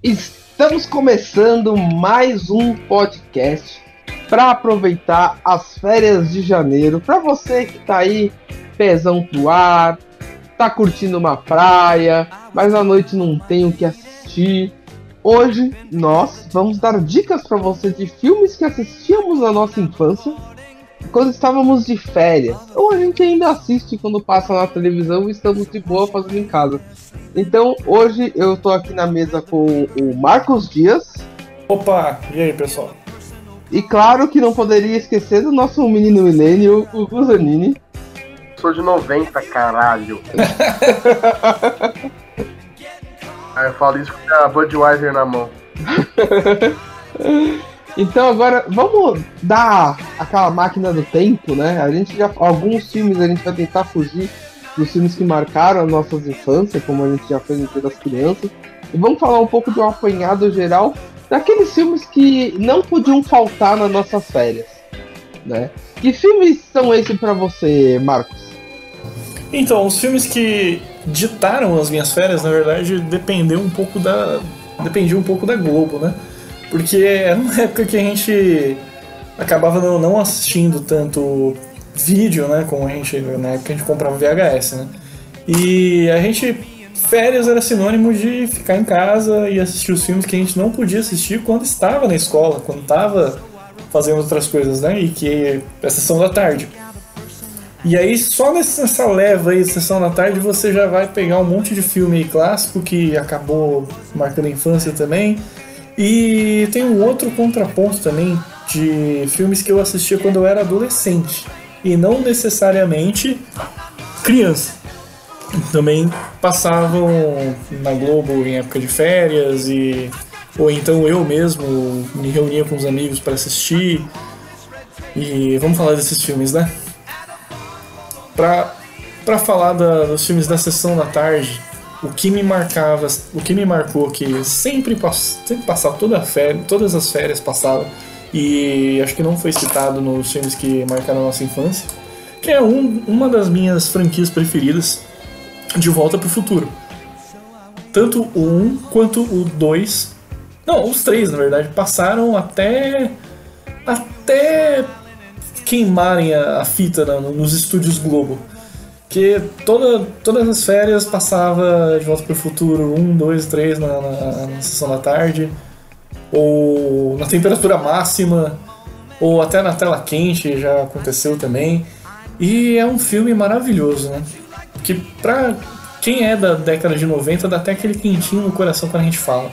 Estamos começando mais um podcast para aproveitar as férias de janeiro. Para você que tá aí, pezão pro ar, tá curtindo uma praia, mas à noite não tem o que assistir. Hoje nós vamos dar dicas para você de filmes que assistíamos na nossa infância, quando estávamos de férias, ou a gente ainda assiste quando passa na televisão e estamos de boa fazendo em casa. Então, hoje eu tô aqui na mesa com o Marcos Dias. Opa, e aí, pessoal? E claro que não poderia esquecer do nosso menino milênio, o Guzanini. Sou de 90, caralho. Aí eu falo isso com a Budweiser na mão. Então agora vamos dar aquela máquina do tempo, né? Alguns filmes a gente vai tentar fugir dos filmes que marcaram as nossas infâncias, como a gente já fez no Dia das Crianças, e vamos falar um pouco de um apanhado geral daqueles filmes que não podiam faltar nas nossas férias, né? Que filmes são esses pra você, Marcos? Então, os filmes que ditaram as minhas férias, na verdade, dependia um pouco da Globo, né? Porque era uma época que a gente acabava não assistindo tanto vídeo, né? Como na época a gente comprava VHS, né? E férias era sinônimo de ficar em casa e assistir os filmes que a gente não podia assistir quando estava na escola, quando estava fazendo outras coisas, né? E que é a sessão da tarde. E aí, só nessa leva aí de sessão da tarde, você já vai pegar um monte de filme aí clássico que acabou marcando a infância também. E tem um outro contraponto também de filmes que eu assistia quando eu era adolescente e não necessariamente criança. Também passavam na Globo em época de férias, ou então eu mesmo me reunia com os amigos para assistir. E vamos falar desses filmes, né? Pra falar dos filmes da sessão da tarde, o que me marcou que sempre passava todas as férias passavam, e acho que não foi citado nos filmes que marcaram a nossa infância, que é uma das minhas franquias preferidas, De Volta pro Futuro. Tanto o 1 quanto o 2, não, os 3 na verdade, passaram até queimarem a fita nos estúdios Globo. Que todas as férias passava De Volta pro Futuro 1, 2, 3 na sessão da tarde, ou na temperatura máxima, ou até na tela quente, já aconteceu também. E é um filme maravilhoso, né? Que pra quem é da década de 90 dá até aquele quentinho no coração quando a gente fala.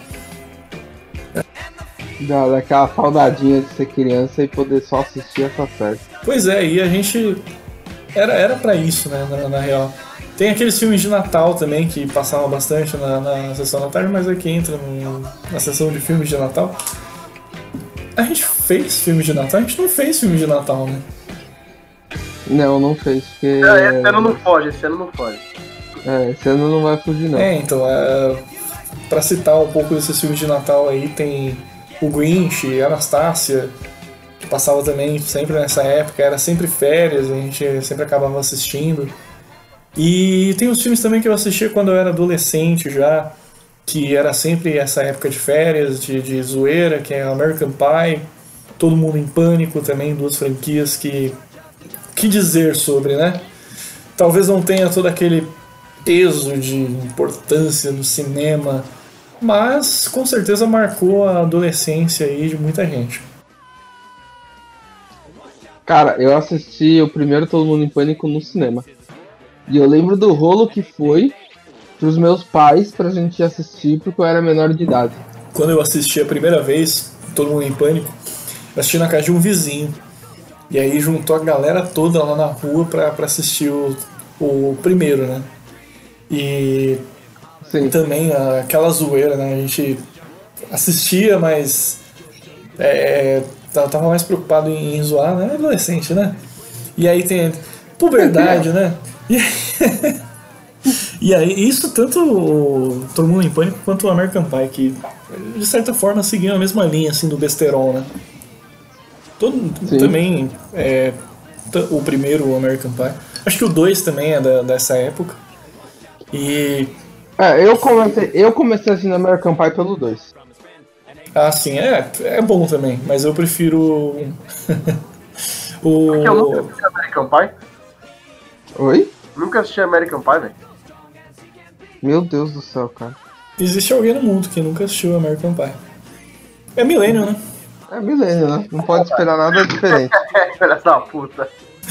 Daquela saudadinha de ser criança e poder só assistir essa série. Pois é, e a gente era pra isso, né, na real. Tem aqueles filmes de Natal também que passavam bastante na sessão da tarde, mas aqui entra na sessão de filmes de Natal. A gente fez filme de Natal? A gente não fez filme de Natal, né? Não fez, porque... Esse ano não foge. Esse ano não vai fugir, não. Então, pra citar um pouco desses filmes de Natal aí, tem o Grinch, Anastácia, que passava também sempre nessa época, era sempre férias, a gente sempre acabava assistindo. E tem os filmes também que eu assistia quando eu era adolescente já, que era sempre essa época de férias, de zoeira, que é American Pie, Todo Mundo em Pânico também, duas franquias que dizer sobre, né? Talvez não tenha todo aquele peso de importância no cinema, mas com certeza marcou a adolescência aí de muita gente. Cara, eu assisti o primeiro Todo Mundo em Pânico no cinema. E eu lembro do rolo que foi pros meus pais pra gente assistir, porque eu era menor de idade. Quando eu assisti a primeira vez, Todo Mundo em Pânico, eu assisti na casa de um vizinho. E aí juntou a galera toda lá na rua pra assistir o primeiro, né? E Sim. também aquela zoeira, né? A gente assistia, mas tava mais preocupado em zoar, né? Adolescente, né? E aí tem puberdade, né? E aí, isso tanto o Todo Mundo em Pânico quanto o American Pie, que de certa forma seguiam a mesma linha assim, do besterol, né? Também o primeiro, o American Pie. Acho que o 2 também é dessa época. E Eu comecei assistindo American Pie pelo 2. Ah, sim, é bom também, mas eu prefiro Porque eu nunca assisti American Pie. Oi? Nunca assisti American Pie, velho. Meu Deus do céu, cara. Existe alguém no mundo que nunca assistiu American Pie. É milênio, né? É milênio, né? Não pode esperar nada diferente. Filha da puta.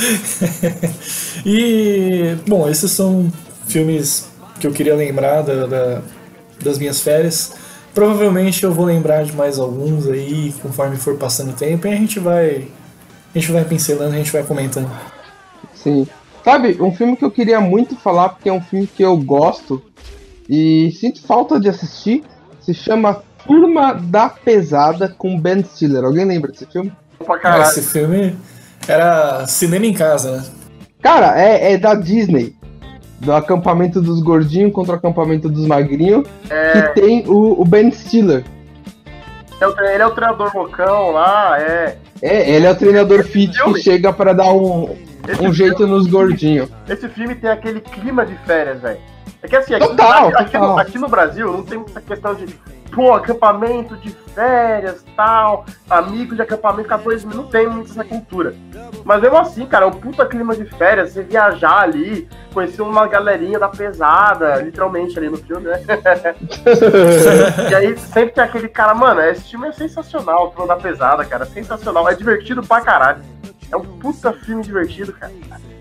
E, bom, esses são filmes que eu queria lembrar das minhas férias. Provavelmente eu vou lembrar de mais alguns aí, conforme for passando o tempo, e a gente vai pincelando, a gente vai comentando. Sim. Sabe, um filme que eu queria muito falar, porque é um filme que eu gosto e sinto falta de assistir, se chama Turma da Pesada com Ben Stiller. Alguém lembra desse filme? Esse filme era cinema em casa, né? Cara, é da Disney. Do acampamento dos gordinhos contra o acampamento dos magrinhos. Que tem o Ben Stiller. Ele é o treinador loucão lá, ele é o treinador fit que chega pra dar um jeito nos gordinhos. Esse filme tem aquele clima de férias, velho. É que assim, Total. Aqui no Brasil não tem muita questão de acampamento de férias, tal, amigos de acampamento, 14 mil, não tem muito essa cultura. Mas mesmo assim, cara, o puta clima de férias, você viajar ali, conhecer uma galerinha da pesada, literalmente ali no filme, né? E aí sempre tem aquele cara, mano, esse filme é sensacional, o Turma da Pesada, cara, sensacional, é divertido pra caralho. É um puta filme divertido, cara.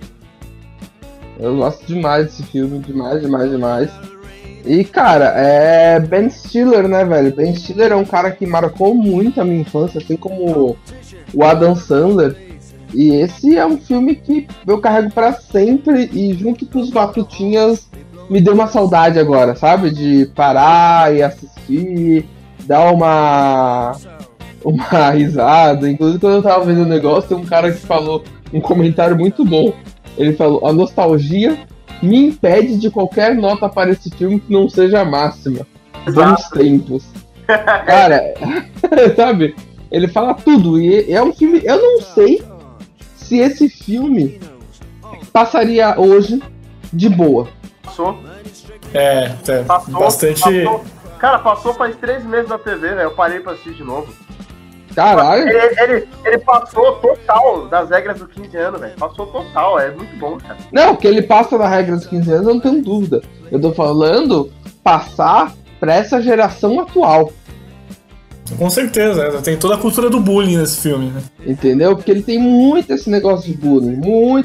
Eu gosto demais desse filme, demais. E, cara, Ben Stiller, né, velho? Ben Stiller é um cara que marcou muito a minha infância, assim como o Adam Sandler. E esse é um filme que eu carrego pra sempre e junto com os Batutinhas me deu uma saudade agora, sabe? De parar e assistir, dar uma risada. Inclusive, quando eu tava vendo o negócio, tem um cara que falou um comentário muito bom. Ele falou, a nostalgia me impede de qualquer nota para esse filme que não seja máxima. Bons tempos. Cara, sabe? Ele fala tudo. E é um filme... Eu não sei se esse filme passaria hoje de boa. Passou. Passou, bastante... Cara, passou faz 3 meses na TV, né? Eu parei pra assistir de novo. Caralho. Ele passou total das regras dos 15 anos, velho. Passou total, é muito bom, cara. Não, que ele passa na regra dos 15 anos, eu não tenho dúvida. Eu tô falando passar pra essa geração atual. Com certeza, né? Tem toda a cultura do bullying nesse filme, né? Entendeu? Porque ele tem muito esse negócio de bullying.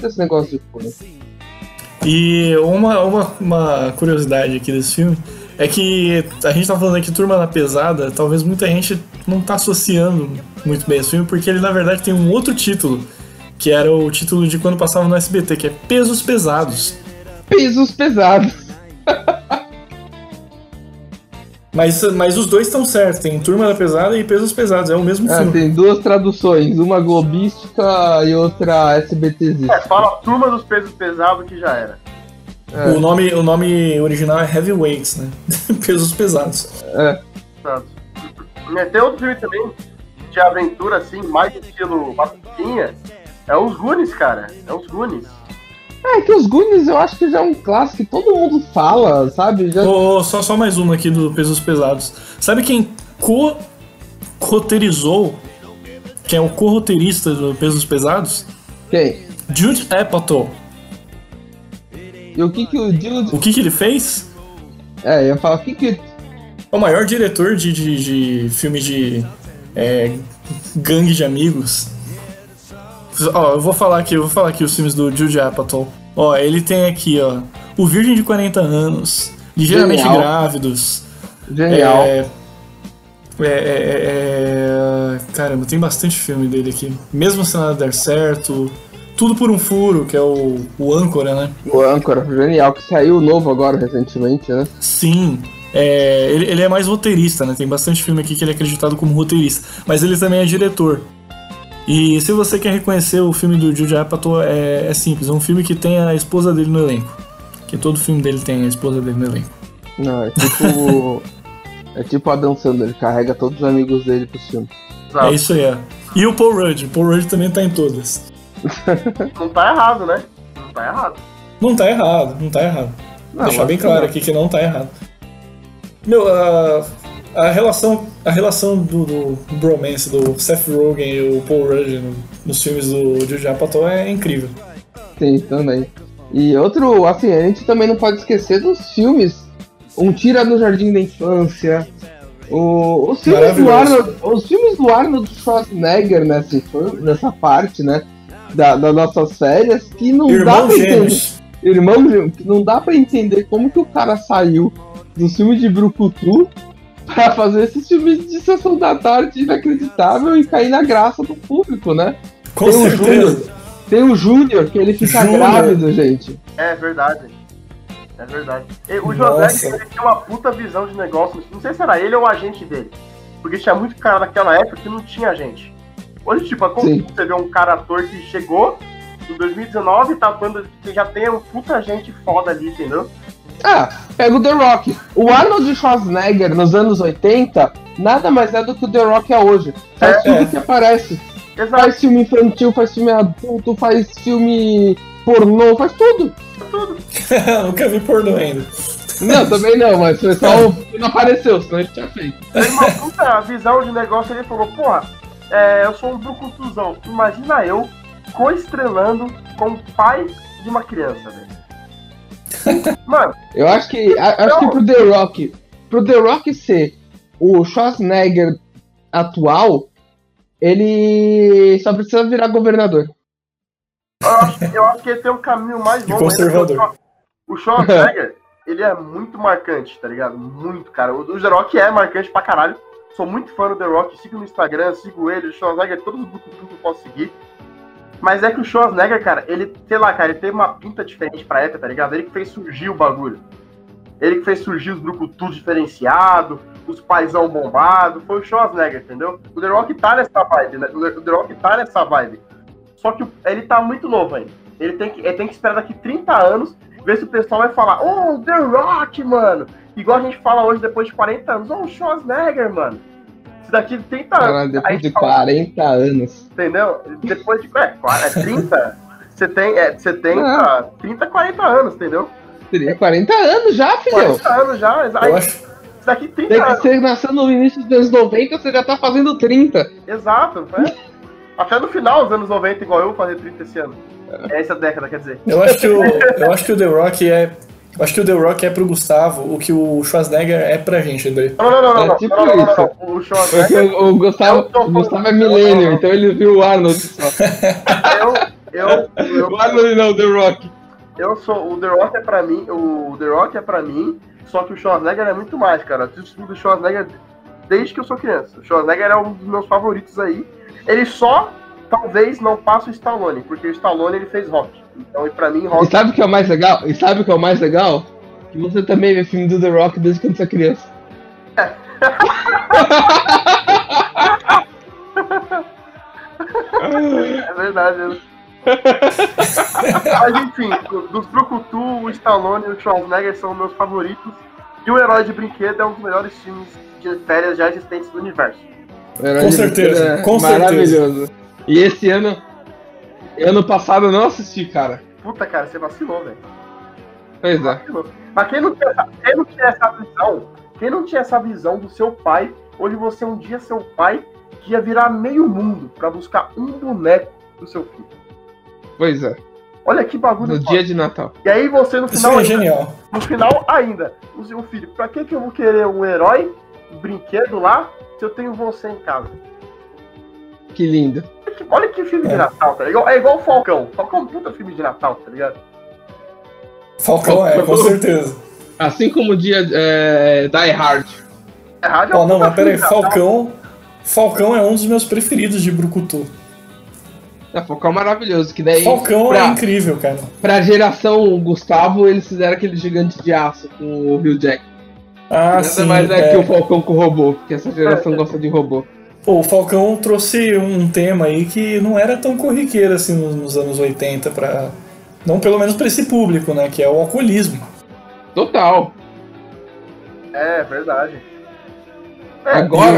E uma curiosidade aqui desse filme é que a gente tá falando aqui Turma da Pesada, talvez muita gente não tá associando muito bem esse filme, porque ele na verdade tem um outro título, que era o título de quando passava no SBT, que é Pesos Pesados. Pesos Pesados. Mas os dois estão certos, tem Turma da Pesada e Pesos Pesados, é o mesmo filme. Tem duas traduções, uma globística e outra SBTzista. Fala Turma dos Pesos Pesados que já era. O nome original é Heavyweights, né? Pesos Pesados. Tem outro filme também de aventura, assim, mais estilo Batutinha. É os Goonies, cara. É os Goonies. É que os Goonies eu acho que já é um clássico que todo mundo fala, sabe? Só mais uma aqui do Pesos Pesados. Sabe quem roteirizou? Quem é o co-roteirista do Pesos Pesados? Quem? Judd Apatow. E o que o Judd... O que ele fez? Eu ia falar, o que... O maior diretor de filme de gangue de amigos. Eu vou falar aqui os filmes do Judd Apatow. Ele tem aqui, O Virgem de 40 Anos, Ligeiramente Grávidos. Genial. Caramba, tem bastante filme dele aqui. Mesmo se nada der certo... Tudo por um Furo, que é o Âncora, né? O Âncora, genial, que saiu novo agora recentemente, né? Sim. Ele é mais roteirista, né? Tem bastante filme aqui que ele é acreditado como roteirista. Mas ele também é diretor. E se você quer reconhecer o filme do Judd Apatow, é simples. É um filme que tem a esposa dele no elenco. Que todo filme dele tem a esposa dele no elenco. Não, é tipo a Adam Sandler, ele carrega todos os amigos dele pro filme. É isso aí, E o Paul Rudd. O Paul Rudd também tá em todas. Não tá errado, né? Não tá errado. Vou deixar bem claro aqui que não tá errado. Meu, a relação do bromance do Seth Rogen e o Paul Rudd nos filmes do Judd Apatow é incrível. Sim, também. E outro, assim, a gente também não pode esquecer dos filmes Um Tira no Jardim da Infância, os filmes do Arnold Schwarzenegger nessa parte, né, das nossas férias, que não dá pra entender. Não dá pra entender como que o cara saiu do filme de Brucutu pra fazer esses filmes de sessão da tarde inacreditável e cair na graça do público, né? Com certeza. Tem o Júnior, que ele fica grávido, gente. É verdade. É verdade. E o José, ele tinha uma puta visão de negócio. Não sei se era ele ou o agente dele. Porque tinha muito cara naquela época que não tinha agente. Hoje, tipo, é como você vê um cara ator que chegou em 2019 e tá atuando, que já tem um puta gente foda ali, entendeu? Pega o The Rock. O Arnold Schwarzenegger nos anos 80 nada mais é do que o The Rock é hoje. Faz tudo que aparece. Exato. Faz filme infantil, faz filme adulto, faz filme pornô, faz tudo. Nunca vi pornô ainda. Não, também não, mas foi só não apareceu, senão ele tinha feito. Tem uma puta visão de negócio, ele falou, porra, eu sou um brucutuzão. Imagina eu co-estrelando com o pai de uma criança, velho. Mano, eu acho que pro The Rock ser o Schwarzenegger atual, ele só precisa virar governador. Eu acho que ele tem um caminho mais longo. Conservador. O Schwarzenegger, ele é muito marcante, tá ligado? Muito, cara. O The Rock é marcante pra caralho. Sou muito fã do The Rock, sigo no Instagram, sigo ele, o Schwarzenegger, todos os grupos que eu posso seguir. Mas é que o Schwarzenegger, cara, ele, sei lá, cara, ele teve uma pinta diferente pra época, tá ligado? Ele que fez surgir o bagulho. Ele que fez surgir os brucutus diferenciados, os paizão bombado, foi o Schwarzenegger, entendeu? O The Rock tá nessa vibe, né? O The Rock tá nessa vibe. Só que ele tá muito novo ainda. Ele tem que esperar daqui 30 anos, ver se o pessoal vai falar, The Rock, mano! Igual a gente fala hoje, depois de 40 anos, o Schwarzenegger, mano! Se daqui 30 anos... Cara, depois de 40 anos. Entendeu? Depois de... 30? Você tem 30, 40 anos, entendeu? Seria 40 anos já, filho. 40 anos já, exato. Daqui 30 anos. Você nasceu no início dos anos 90, você já tá fazendo 30. Exato, né? Até no final dos anos 90, igual eu, vou fazer 30 esse ano. É essa década, quer dizer. Eu acho que o The Rock é... Eu acho que o The Rock é pro Gustavo o que o Schwarzenegger é pra gente, André. Não. É tipo isso. O Schwarzenegger... O Gustavo é milênio, então ele viu o Arnold só. O Arnold não, o The Rock. O The Rock é pra mim, só que o Schwarzenegger é muito mais, cara. Eu assisto do Schwarzenegger desde que eu sou criança. O Schwarzenegger é um dos meus favoritos aí. Ele só, talvez, não passa o Stallone, porque o Stallone ele fez Rock. Então, pra mim, Rock... E sabe o que é o mais legal? Que você também vê filme do The Rock desde quando você é criança. É verdade. Mas enfim, dos Brucutu, o Stallone e o Schwarzenegger são meus favoritos. E o Herói de Brinquedo é um dos melhores filmes de férias já existentes do universo. Com certeza, maravilhoso. E esse ano passado eu não assisti, cara. Puta, cara, você vacilou, velho. Pois é. Mas quem não tinha essa visão do seu pai, hoje você um dia seu pai que ia virar meio mundo pra buscar um boneco do seu filho. Pois é. Olha que bagulho. No dia de Natal. E aí você no final... Isso é genial. No final ainda, o seu filho, pra que eu vou querer um herói, um brinquedo lá, se eu tenho você em casa? Que lindo. Olha que filme de Natal, tá ligado? É igual o Falcão. Falcão é um puta filme de Natal, tá ligado? Falcão com certeza. Assim como o dia Die Hard. Die Hard é não, mas peraí, Falcão é um dos meus preferidos de Brucutu. Falcão é maravilhoso, que daí... Falcão é incrível, cara. Pra geração Gustavo, eles fizeram aquele gigante de aço com o Hugh Jack. Sim. Mas é que o Falcão com o robô, porque essa geração gosta de robô. Pô, o Falcão trouxe um tema aí que não era tão corriqueiro assim nos anos 80 pra... Não, pelo menos pra esse público, né? Que é o alcoolismo. Total. É, verdade. Agora...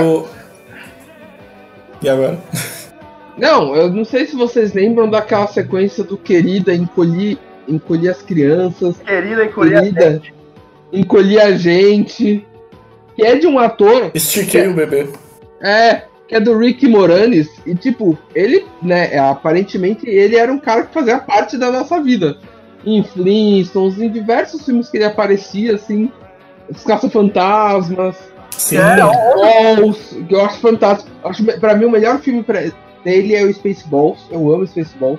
E agora? Não, eu não sei se vocês lembram daquela sequência do Querida encolher as crianças. Querida encolher a gente. Encolher a gente. que é de um ator... Estiquei o bebê. Que é do Rick Moranis, e tipo, ele, né, aparentemente ele era um cara que fazia parte da nossa vida. Em Flintstones, em diversos filmes que ele aparecia, assim, Os Caça-Fantasmas, Sim. Balls, que eu acho fantástico. Pra mim o melhor filme dele é o Spaceballs, eu amo Spaceballs.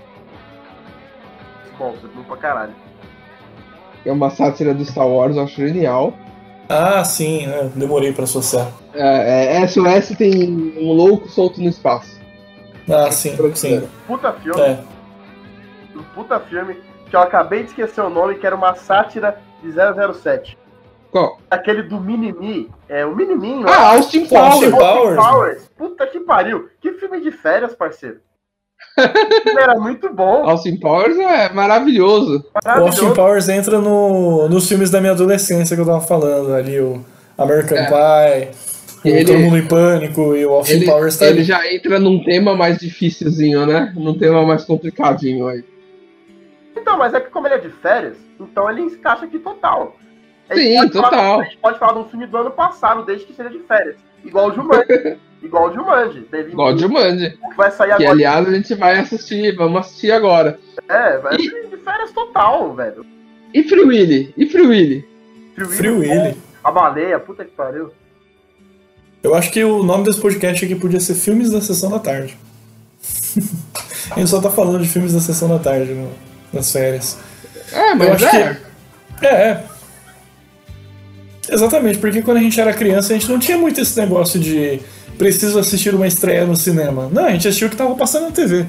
Bom, você viu pra caralho. É uma sátira do Star Wars, eu acho genial. Ah, sim, né? Demorei pra associar. SOS tem um louco solto no espaço. Ah, sim, sim. Puta filme. Um puta filme que eu acabei de esquecer o nome, que era uma sátira de 007. Qual? Aquele do Minimi. O Minimin, né? Austin Powers. Austin Powers. Puta que pariu. Que filme de férias, parceiro. Era muito bom. Austin Powers é maravilhoso. O Austin Powers entra nos filmes da minha adolescência que eu tava falando ali, o American Pie, Todo Mundo em Pânico e o Austin Powers tá ele ali. já entra num tema mais dificilzinho, né? Num tema mais complicadinho aí. Então, mas é que como ele é de férias, então ele encaixa aqui total. Sim, total. A gente pode falar de um filme do ano passado, desde que seja de férias. Igual o Jumanji. Igual o Jumanji. Que vai sair agora. Que, aliás, a gente vai assistir, vamos assistir agora. Vai ser de férias total, velho. E Free Willy? Free Willy. A baleia, puta que pariu. Eu acho que o nome desse podcast aqui podia ser Filmes da Sessão da Tarde. A gente só tá falando de filmes da Sessão da Tarde nas férias. Mas eu acho que... Exatamente, porque quando a gente era criança a gente não tinha muito esse negócio de preciso assistir uma estreia no cinema. Não, a gente assistiu o que tava passando na TV.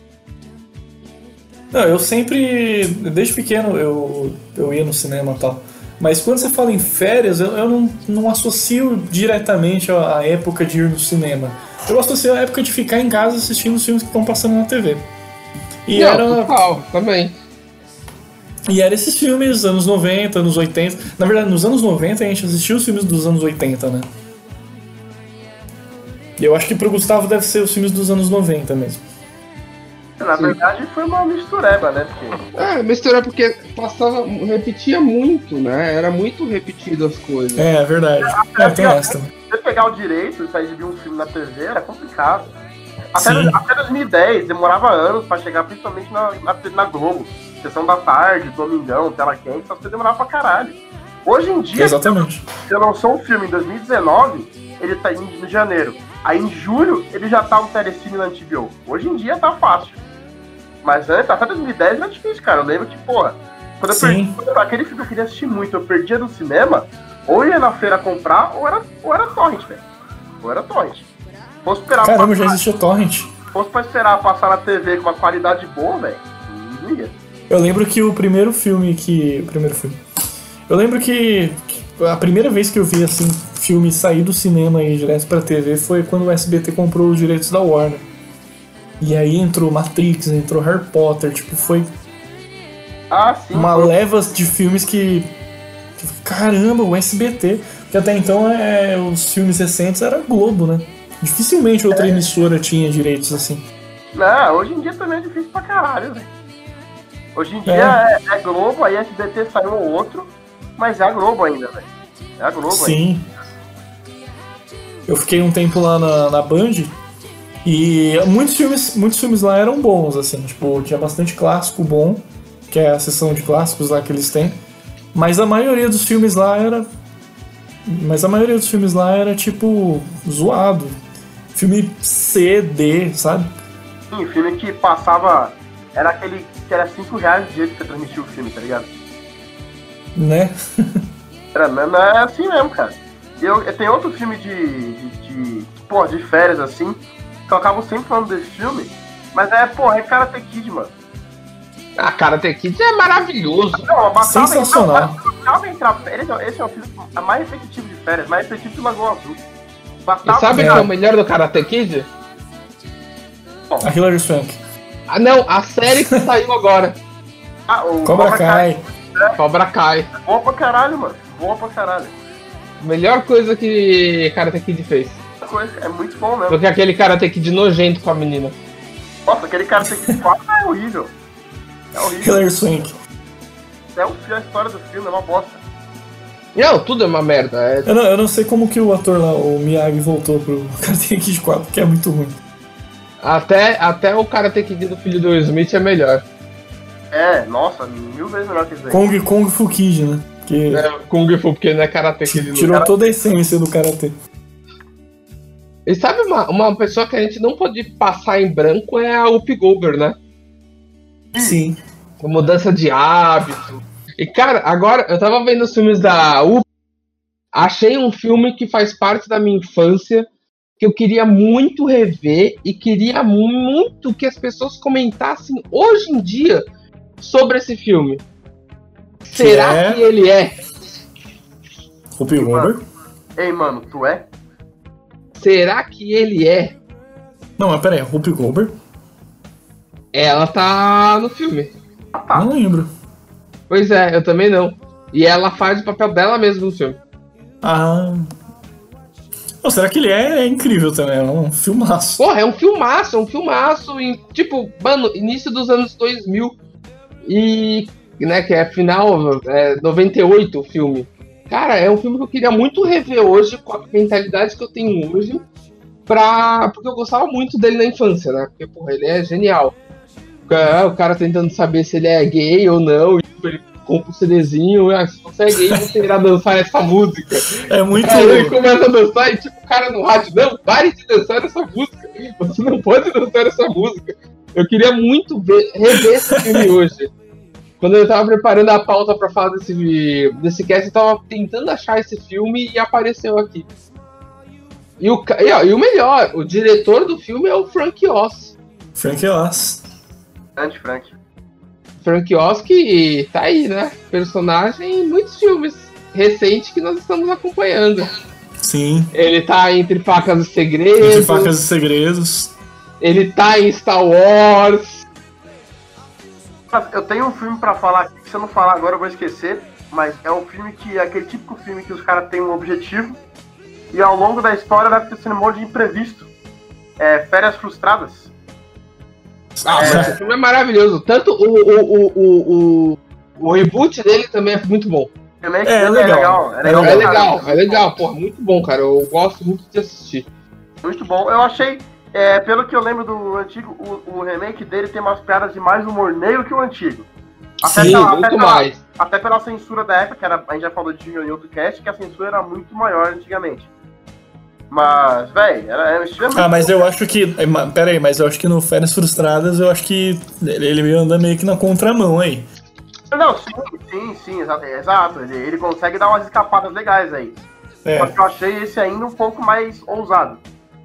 Não, eu sempre, desde pequeno eu ia no cinema e tal. Mas quando você fala em férias, eu não associo diretamente a época de ir no cinema. Eu associo a época de ficar em casa assistindo os filmes que estão passando na TV. Total, também. E eram esses filmes, anos 90, anos 80. Na verdade, nos anos 90 a gente assistiu os filmes dos anos 80, né? E eu acho que pro Gustavo deve ser os filmes dos anos 90 mesmo. Na verdade foi uma mistureba, né? Mistureba porque repetia muito, né? Era muito repetido as coisas. É verdade. Tem essa. Você pegar o direito e sair de um filme na TV era complicado. Até 2010, demorava anos pra chegar, principalmente na Globo. Sessão da tarde, Domingão, Tela Quente, essas coisas demoravam pra caralho. Hoje em dia, exatamente. Se eu lançou um filme em 2019, ele tá em janeiro. Aí em julho, ele já tá no Telecine na HBO. Hoje em dia tá fácil. Mas antes, até 2010 era difícil, cara. Eu lembro que, porra, quando eu perdi aquele filme que eu queria assistir muito, eu perdia no cinema, ou ia na feira comprar, ou era torrent, velho. Ou era torrent. Fosse esperar Caramba, já existiu torrent. Fosse pra esperar passar na TV com uma qualidade boa, velho, não ia. Eu lembro que Eu lembro que a primeira vez que eu vi, assim, filme sair do cinema e direto pra TV foi quando o SBT comprou os direitos da Warner. E aí entrou Matrix, entrou Harry Potter, tipo, foi uma leva de filmes que caramba, o SBT. Porque até então os filmes recentes era Globo, né? Dificilmente outra emissora tinha direitos assim. Não, hoje em dia também é difícil pra caralho, velho. Hoje em dia é Globo, aí SBT saiu um ou outro, mas é a Globo ainda, velho. É a Globo ainda. Sim. Eu fiquei um tempo lá na Band e muitos filmes lá eram bons, assim, tipo, tinha bastante clássico bom, que é a seção de clássicos lá que eles têm, mas a maioria dos filmes lá era tipo zoado. Filme C, D, sabe? Sim, filme que passava. Era aquele que era R$5 de jeito que você transmitia o filme, tá ligado? Né? Não é assim mesmo, cara. Eu tenho outro filme de férias, assim, que eu acabo sempre falando desse filme, mas é Karate Kid, mano. Karate Kid é maravilhoso. Não, sensacional. Esse é o filme mais repetitivo de férias, mais repetitivo que Lagoa Azul. E sabe o que é o melhor do Karate Kid? A Hilary Swank. Não, a série que saiu agora. O Cobra Kai. Cobra Kai. Boa pra caralho, mano. Boa pra caralho. Melhor coisa que Karate Kid fez. É muito bom mesmo. Porque aquele Karate Kid nojento com a menina. Nossa, aquele Karate Kid 4 é horrível. É horrível. Hilary Swank. A história do filme é uma bosta. Não, tudo é uma merda. Eu não sei como que o ator lá, o Miyagi, voltou pro Karate Kid 4, que é muito ruim. Até o Karate Kid do filho do Will Smith é melhor. Nossa, 1000 vezes melhor que isso aí. Kung Fu Kid, né? Que Kung Fu, porque não é Karate Kid. Tirou toda a essência do Karate. E sabe uma pessoa que a gente não pode passar em branco é a Whoopi Goldberg, né? Sim. A mudança de hábito. E, cara, agora eu tava vendo os filmes da Whoopi, achei um filme que faz parte da minha infância, que eu queria muito rever e queria muito que as pessoas comentassem hoje em dia sobre esse filme. Será que ele é? Whoopi Goldberg? Ei, mano, tu é? Será que ele é? Não, mas pera aí, Whoopi Goldberg? Ela tá no filme. Não lembro. Pois é, eu também não. E ela faz o papel dela mesma no filme. Oh, será que ele é incrível também? É um filmaço. Porra, é um filmaço em, tipo, mano, início dos anos 2000. E, né, que é final, 98 o filme. Cara, é um filme que eu queria muito rever hoje, com a mentalidade que eu tenho hoje, porque eu gostava muito dele na infância, né? Porque, porra, ele é genial. O cara tentando saber se ele é gay ou não, e ele compra o CDzinho, se você é gay, você irá dançar essa música. É muito... Aí ele começa a dançar e tipo, o cara no rádio, não, pare de dançar essa música, você não pode dançar essa música. Eu queria muito rever esse filme hoje. Quando eu tava preparando a pauta pra falar desse cast, eu tava tentando achar esse filme e apareceu aqui. E o melhor, o diretor do filme é o Frank Oz. Frank Oz. Frank Oz, que tá aí, né? Personagem em muitos filmes recentes que nós estamos acompanhando. Sim. Ele tá entre Facas e Segredos. Entre Facas e Segredos. Ele tá em Star Wars. Eu tenho um filme pra falar aqui, que se eu não falar agora eu vou esquecer, mas é um filme que é aquele típico filme que os caras têm um objetivo e ao longo da história vai ter sendo um monte de imprevisto. Férias Frustradas. Esse filme é maravilhoso. Tanto o reboot dele também é muito bom. É legal, porra, muito bom, cara. Eu gosto muito de assistir. Muito bom. Eu achei, pelo que eu lembro do antigo, o remake dele tem umas piadas de mais humor negro que o antigo. Até pela censura da época, a gente já falou de em outro cast, que a censura era muito maior antigamente. Mas, velho, era extremamente... mas eu acho que... Pera aí, mas eu acho que no Férias Frustradas, eu acho que ele anda meio que na contramão aí. Não, sim, exato. Ele consegue dar umas escapadas legais aí. Só que eu achei esse ainda um pouco mais ousado.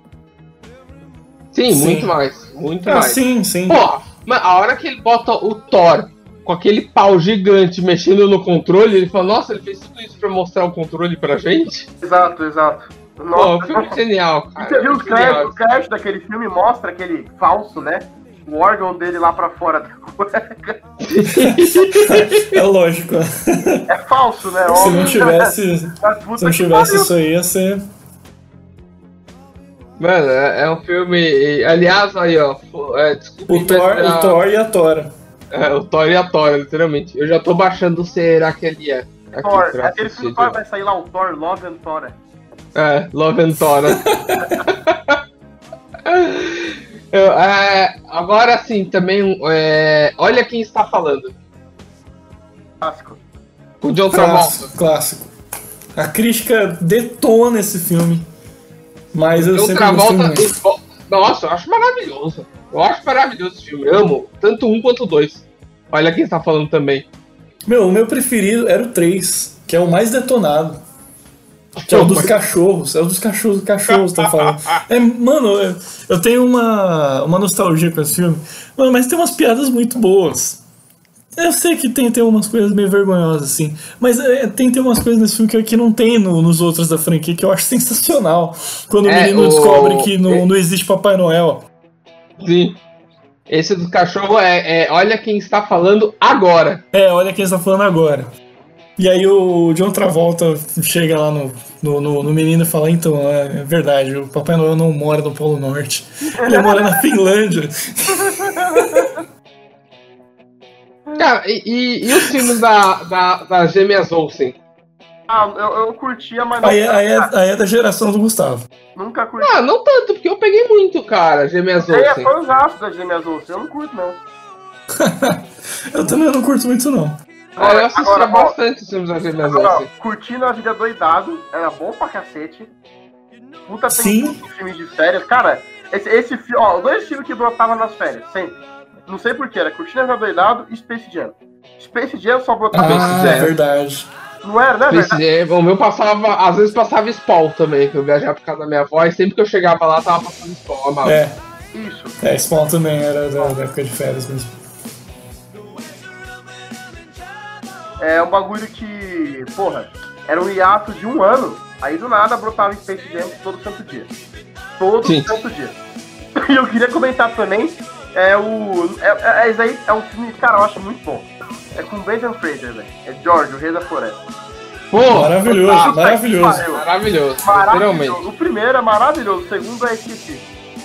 Sim. Muito mais. Sim. Porra, mas a hora que ele bota o Thor com aquele pau gigante mexendo no controle, ele fala, nossa, ele fez tudo isso pra mostrar o controle pra gente? Exato. Nossa, o filme é genial, cara. E você viu o crédito daquele filme, mostra aquele falso, né? O órgão dele lá pra fora da cueca. É lógico. É falso, né? Se não tivesse isso aí, ia ser... Mano, é um filme... Aliás, aí, ó... desculpa, o Thor e a Tora. O Thor e a Tora, literalmente. Eu já tô baixando o Será que ele é. Thor, aquele filme Thor vai sair lá, o Thor, Love and Thor. Love and Thor. Agora sim, também... olha quem está falando. Clássico. Com o John Travolta. Clássico. A crítica detona esse filme. Mas eu sempre gostei. Nossa, eu acho maravilhoso. Esse filme. Eu amo. Tanto um quanto o 2. Olha quem está falando também. O meu preferido era o 3, que é o mais detonado. Que é o dos cachorros. É o dos cachorros estão falando. Mano, eu tenho uma nostalgia com esse filme. Mano, mas tem umas piadas muito boas. Eu sei que tem umas coisas meio vergonhosas, assim. Mas tem umas coisas nesse filme que não tem nos outros da franquia, que eu acho sensacional. Quando o menino descobre que não existe Papai Noel. Sim. Esse do cachorro olha quem está falando agora. Olha quem está falando agora. E aí o John Travolta chega lá no menino e fala, então, é verdade, o Papai Noel não mora no Polo Norte. Ele mora na Finlândia. Cara, e os filmes da Gêmeas Olsen? Eu curtia, mas não. Aí é da geração do Gustavo. Nunca curti. Ah, não tanto, porque eu peguei muito, cara, Gêmeas É Olsen. fãzaço das Gêmeas Olsen, eu não curto, não. Eu também não curto muito, não. Eu assistia bastante os filmes das Gêmeas Olsen. Curtindo a Vida Doidado, era bom pra cacete. Puta, tem Sim. filmes de férias. Cara, esse filme, ó, 2 filmes que brotava nas férias, sempre. Não sei porquê, era Curtindo a Vida Doidado e Space Jam. Space Jam só brotava Space nas Jam. É verdade. Não era, né, velho? O meu passava, às vezes passava Spawn também, que eu viajava por casa da minha avó, e sempre que eu chegava lá tava passando Spawn, amado. Isso. Spawn também era da época de férias mesmo. É um bagulho que, porra, era um hiato de 1 ano, aí do nada brotava Space Jam todo santo dia. Todo santo dia. E eu queria comentar também, esse aí é um filme, cara, eu acho muito bom. É com Brendan Fraser, velho. É George, o Rei da Floresta. Pô, Maravilhoso, maravilhoso. Maravilhoso, Maravilhoso. O primeiro é maravilhoso, o segundo é esqueci.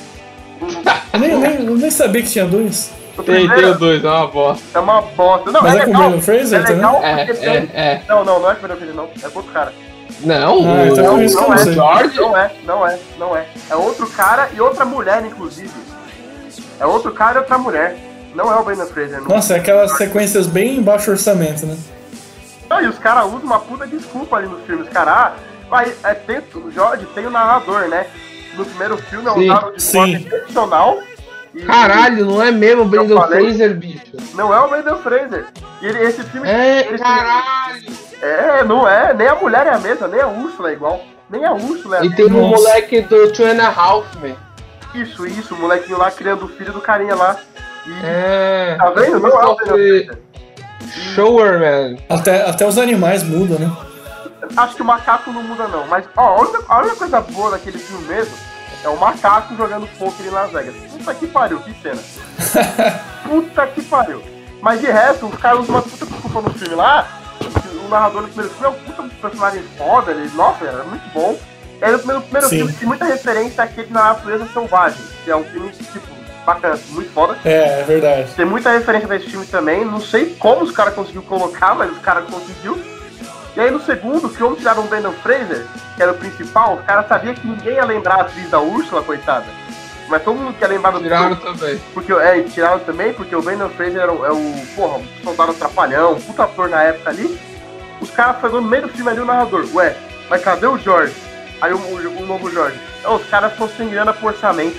Eu nem sabia que tinha 2. O Tem primeiro o 2, é uma bosta. é uma bosta. Não, Mas é com o legal, Brendan Fraser, é legal né? porque É. tem... Não é com o Brendan Fraser, não. É com outro cara. Não, então por isso que eu não sei. George? Não é. É outro cara e outra mulher, inclusive. É outro cara e outra mulher. Não é o Brendan Fraser. Não. Nossa, é aquelas sequências bem em baixo orçamento, né? E os caras usam uma puta desculpa ali nos filmes. Cara, tem o George, tem o narrador, né? No primeiro filme é um narrador de forma excepcional. Caralho, não é mesmo o Brendan Fraser, bicho? Não é o Brendan Fraser. E esse filme... Caralho! Não é. Nem a mulher é a mesma, nem a Úrsula é igual. Nem a Úrsula é a E mesma. tem um moleque do Two and a Half, man. Isso, o molequinho lá criando o filho do carinha lá. E, Tá vendo? Não é o Brendan Fraser. Shower, man. Até os animais mudam, né? Acho que o macaco não muda, não. Mas, ó, a única coisa boa daquele filme mesmo é o macaco jogando poker em Las Vegas. Puta que pariu, que cena. Puta que pariu. Mas de resto, os caras usam uma puta desculpa no filme lá. O narrador do primeiro filme é um puta personagem foda. Nossa, era muito bom. E aí no primeiro filme tem muita referência àquele Na Natureza Selvagem, que é um filme, tipo, bacana, muito foda. É verdade. Tem muita referência desse filme também. Não sei como os caras conseguiram colocar, mas os caras conseguiu. E aí no segundo, que como tiraram o Brendan Fraser, que era o principal, os caras sabiam que ninguém ia lembrar a atriz da Úrsula, coitada. Mas todo mundo quer lembrar do Tiraram também. Tiraram também, porque o Brendan Fraser é um soldado trapalhão, um puta ator na época ali. Os caras foram no meio do filme ali o narrador. Ué, mas cadê o Jorge? Aí o novo Jorge. Os caras estão sem grana por orçamento.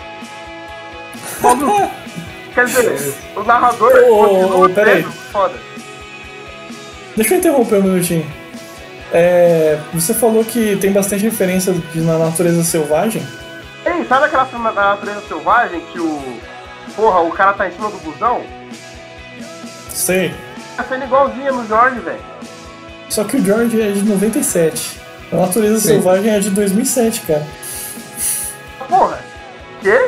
Quer dizer, o narrador continua sendo foda. Deixa eu interromper um minutinho. Você falou que tem bastante referência Na Natureza Selvagem? Ei, sabe aquela filme da Natureza Selvagem que o cara tá em cima do busão? Sei. Tá sendo igualzinha no Jorge, velho. Só que o George é de 97. A Natureza Selvagem é de 2007, cara. Porra. Quê?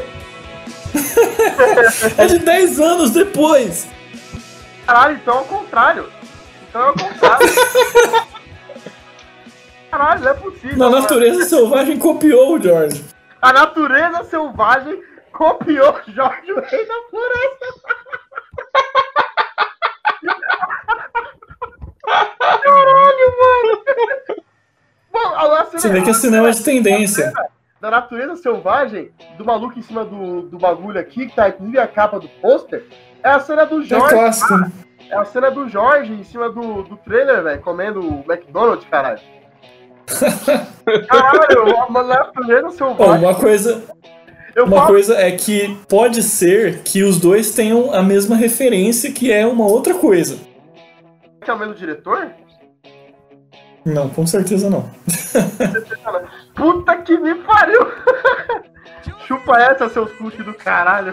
É de 10 anos depois. Caralho, então é o contrário. Caralho, não é possível. Na Natureza Selvagem copiou o George. A Natureza Selvagem copiou Jorge, o Rei da Floresta. Caralho, mano. Bom, você vê que esse cinema é de tendência. Da Natureza Selvagem, do maluco em cima do bagulho aqui, que tá inclusive a capa do pôster, é a cena do Jorge. É clássico, né? É a cena do Jorge em cima do trailer, velho, comendo o McDonald's, caralho. Caralho, na Natureza Selvagem. Uma coisa é que pode ser que os dois tenham a mesma referência, que é uma outra coisa. Que é o mesmo diretor? Não, com certeza não. Puta que me pariu! Chupa essa, seus cookies do caralho.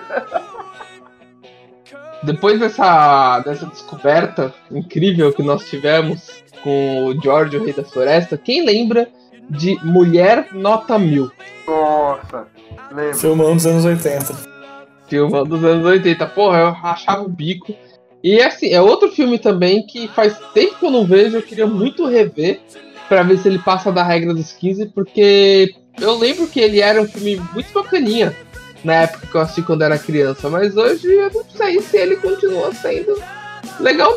Depois dessa descoberta incrível que nós tivemos com o George, o Rei da Floresta, quem lembra de Mulher Nota 1000? Nossa, lembro. Filmão dos anos 80. Filmão dos anos 80. Porra, eu rachava o bico. E assim, é outro filme também que faz tempo que eu não vejo, eu queria muito rever pra ver se ele passa da regra dos 15, porque eu lembro que ele era um filme muito bacaninha na época que eu assisti quando era criança, mas hoje eu não sei se ele continua sendo legal, não.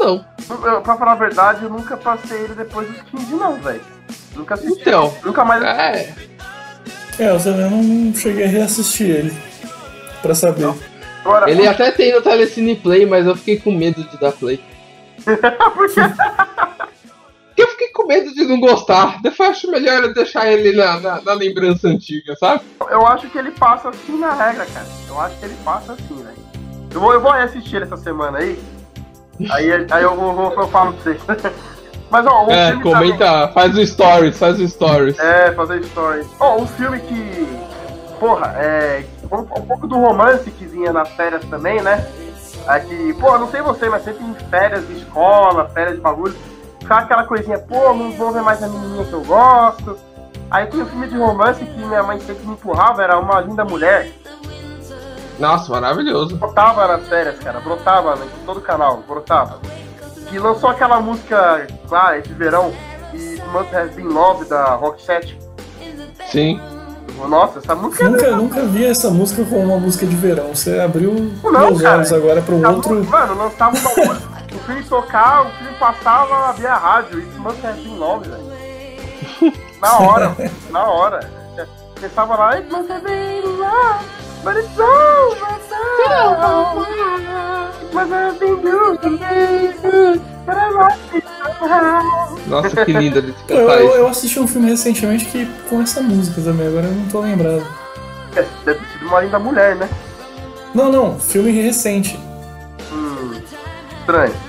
Pra falar a verdade, eu nunca passei ele depois dos 15, não, velho. Nunca assisti. Então, Nunca mais Eu também não cheguei a reassistir ele. Pra saber. Agora, ele até tem no Telecine Play, mas eu fiquei com medo de dar play. Por quê? Porque eu fiquei com medo de não gostar. Depois eu acho melhor eu deixar ele na lembrança antiga, sabe? Eu acho que ele passa assim na regra, cara. Eu acho que ele passa assim, velho. Eu vou assistir ele essa semana aí. Aí eu falo pra vocês. Mas, ó, um filme comenta, também... faz o stories. Fazer stories. Ó, um filme que, porra, um pouco do romance que vinha nas férias também, né? Aqui, pô, não sei você, mas sempre em férias de escola, férias de bagulho, ficava aquela coisinha, pô, não vou ver mais a menininha que eu gosto. Aí tinha um filme de romance que minha mãe sempre me empurrava, era Uma Linda Mulher. Nossa, maravilhoso. Brotava nas férias, cara, brotava em todo canal, brotava. Que lançou aquela música, claro, esse verão, e Must Have Been Love, da Roxette. Sim. Nossa, essa música Nunca vi essa música como uma música de verão. Você abriu meus cara, olhos agora pra um outro... Mano, lançava uma música, o filme tocar, o filme passava via rádio, isso Must Have Been Love, velho. Na hora. Pensava lá, It must have been love, but it's over now. It must have been good, but I lost it somehow. Nossa, que lindo de cantar eu assisti um filme recentemente com essa música também, agora eu não tô lembrado. Deve ter sido Uma Linda Mulher, né? Não, filme recente. Estranho.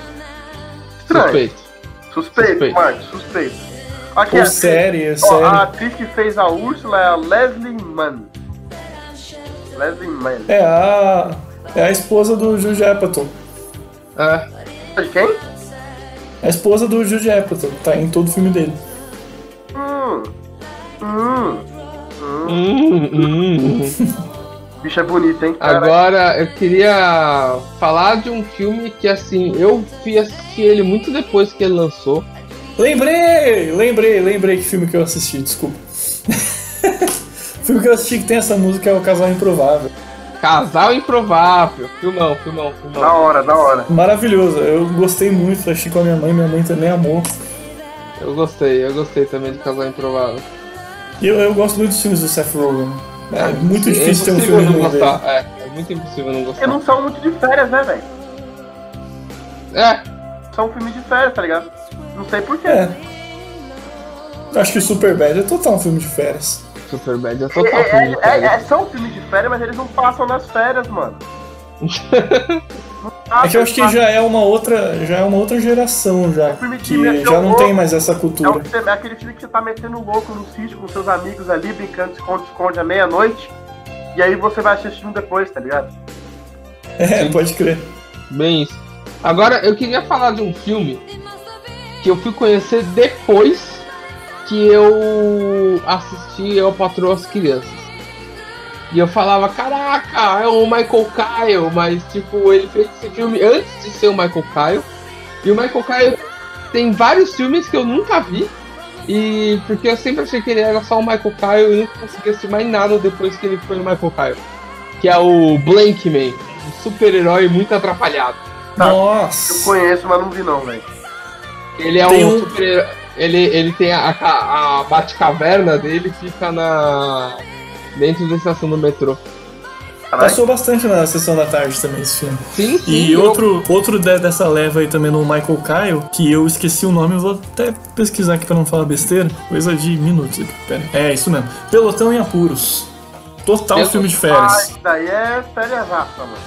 Suspeito, Marcos, suspeito. Aqui, Pô, série. A atriz que fez a Úrsula é a Leslie Mann. É a esposa do Judd Apatow. De quem? A esposa do Judd Apatow, tá em todo o filme dele. Bicho é bonito, hein? Cara. Agora, eu queria falar de um filme que, assim, eu fui assistir ele muito depois que ele lançou. Lembrei que filme que eu assisti, desculpa. O filme que eu assisti que tem essa música é o Casal Improvável. Casal Improvável, filmão. Da hora. Maravilhoso, eu gostei muito, assisti com a minha mãe também amou. Eu gostei também de Casal Improvável. E eu gosto muito dos filmes do Seth Rogen. É muito difícil ter um impossível filme não ruim dele. gostar. É muito impossível não gostar. Porque não são muito de férias, né, velho? São filmes de férias, tá ligado? Não sei porquê. Acho que o Superbad é total um filme de férias. Superbad é total filme de férias. São filmes de férias, mas eles não passam nas férias, mano. É que eu acho que já é uma outra geração já. Que já não tem mais essa cultura. É aquele filme que você tá metendo louco no sítio com seus amigos ali, brincando de esconde-esconde à meia-noite. E aí você vai assistindo depois, tá ligado? Sim. Pode crer. Bem isso. Agora, eu queria falar de um filme que eu fui conhecer depois que eu assisti Eu, Patroa as Crianças. E eu falava, caraca, é o Michael Kyle, mas tipo, ele fez esse filme antes de ser o Michael Kyle. E o Michael Kyle tem vários filmes que eu nunca vi. E porque eu sempre achei que ele era só o Michael Kyle e nunca consegui assistir mais nada depois que ele foi no Michael Kyle. Que é o Blankman, um super-herói muito atrapalhado. Nossa! Eu conheço, mas não vi não, velho. Ele é um super-herói. Ele tem a Batcaverna dele, fica dentro da estação do metrô. Passou bastante na sessão da tarde também esse filme. Sim. E outro dessa leva aí também no Michael Kyle, que eu esqueci o nome, eu vou até pesquisar aqui pra não falar besteira. Coisa de minutos aqui, pera. É, isso mesmo. Pelotão em Apuros. Total filme de férias. Isso daí é férias raça, mano.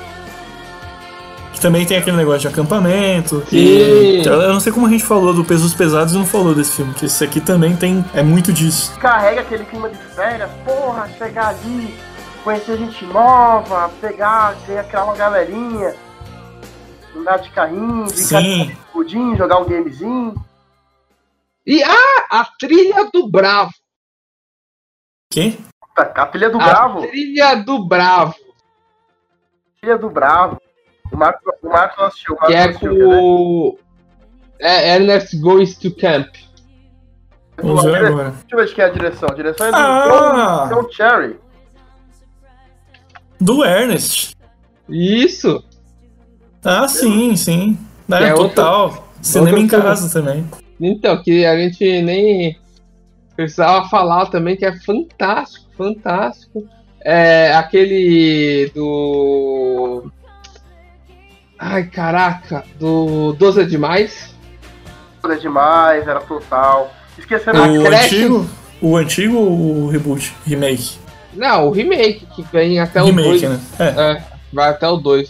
Que também tem aquele negócio de acampamento. Sim. Eu não sei como a gente falou do Pesos Pesados e não falou desse filme, que esse aqui também é muito disso. Carrega aquele clima de férias, porra, chegar ali, conhecer gente nova, criar uma galerinha, andar de carrinho, brincar de pudim, jogar um gamezinho. E a trilha do Bravo. Quem? A trilha do Bravo? Trilha do Bravo. Trilha do Bravo. O Marcos assistiu. Que é com o Ernest Goes to Camp. Vamos ver agora. Deixa eu ver de quem é a direção. A direção é do John Cherry. Do Ernest. Isso. Ah, sim. É Total. Cinema em casa também. Então, que a gente nem precisava falar também, que é fantástico, fantástico. É aquele do... Ai, caraca, do 12 é Demais. 12 é Demais, era total. Esquecendo O antigo ou o reboot? Remake? Não, o remake, que vem até o remake, 2. Né? Vai até o 2.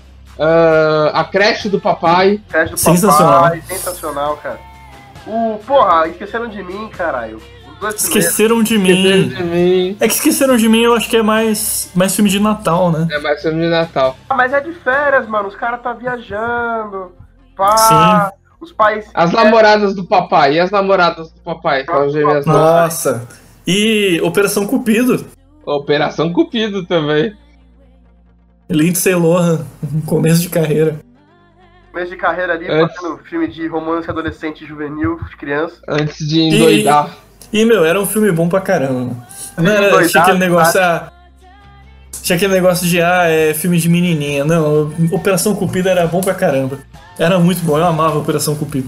A Creche do Papai. Creche do Sensacional. Papai, sensacional, cara. Porra, Esqueceram de Mim, caralho. Esqueceram de Mim. É que Esqueceram de Mim eu acho que é mais filme de Natal, né? É mais filme de Natal. Mas é de férias, mano. Os caras tá viajando. Pá. Sim. Os pais. As namoradas do papai. E as namoradas do papai? Nossa. E Operação Cupido. Operação Cupido também. Lindsay Lohan, começo de carreira. Começo de carreira ali, fazendo filme de romance adolescente e juvenil, de criança. Antes de endoidar. E, meu, era um filme bom pra caramba. Não era, tinha aquele negócio, tinha aquele negócio de, é filme de menininha. Não, Operação Cupido era bom pra caramba. Era muito bom, eu amava Operação Cupido.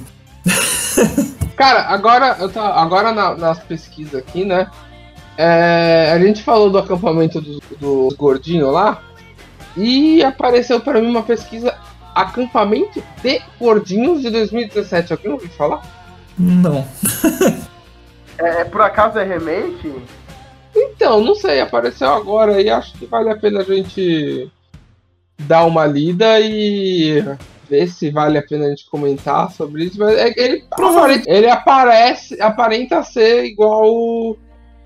Cara, agora nas pesquisas aqui, né? A gente falou do acampamento dos gordinhos lá. E apareceu pra mim uma pesquisa Acampamento de Gordinhos de 2017. Alguém ouviu falar? Não. Por acaso é remake? Então, não sei, apareceu agora e acho que vale a pena a gente dar uma lida e ver se vale a pena a gente comentar sobre isso. Mas ele aparenta ser igual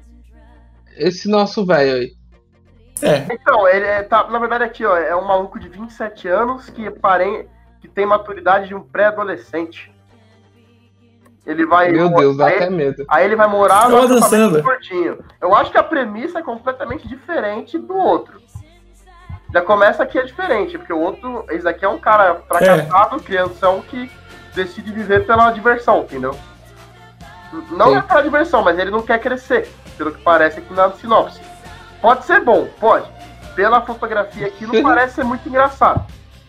esse nosso velho aí. Então, ele na verdade aqui, ó, é um maluco de 27 anos que tem maturidade de um pré-adolescente. Ele vai... Meu Deus, dá até medo. Aí ele vai morar no acampamento do gordinho. Eu acho que a premissa é completamente diferente do outro. Já começa aqui diferente, porque o outro, esse aqui é um cara fracassado, crianção, que decide viver pela diversão, entendeu? Não é pela diversão, mas ele não quer crescer, pelo que parece aqui na sinopse. Pode ser bom, pode. Pela fotografia aqui não parece ser muito engraçado.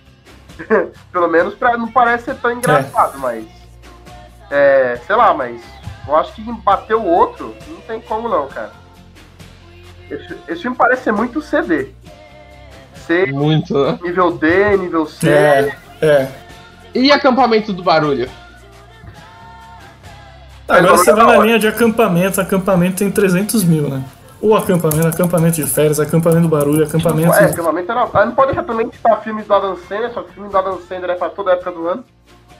Pelo menos não parece ser tão engraçado, mas... sei lá, mas... Eu acho que bater o outro, não tem como não, cara. Esse filme parece ser muito CD. Muito, né? Nível D, nível C. E Acampamento do Barulho? Agora você vai na linha de acampamento. Acampamento tem 300 mil, né? O acampamento de férias, acampamento do barulho, acampamento... acampamento era... Não pode deixar também citar filmes do Adam Sandler, só que filme do Adam Sandler é pra toda época do ano.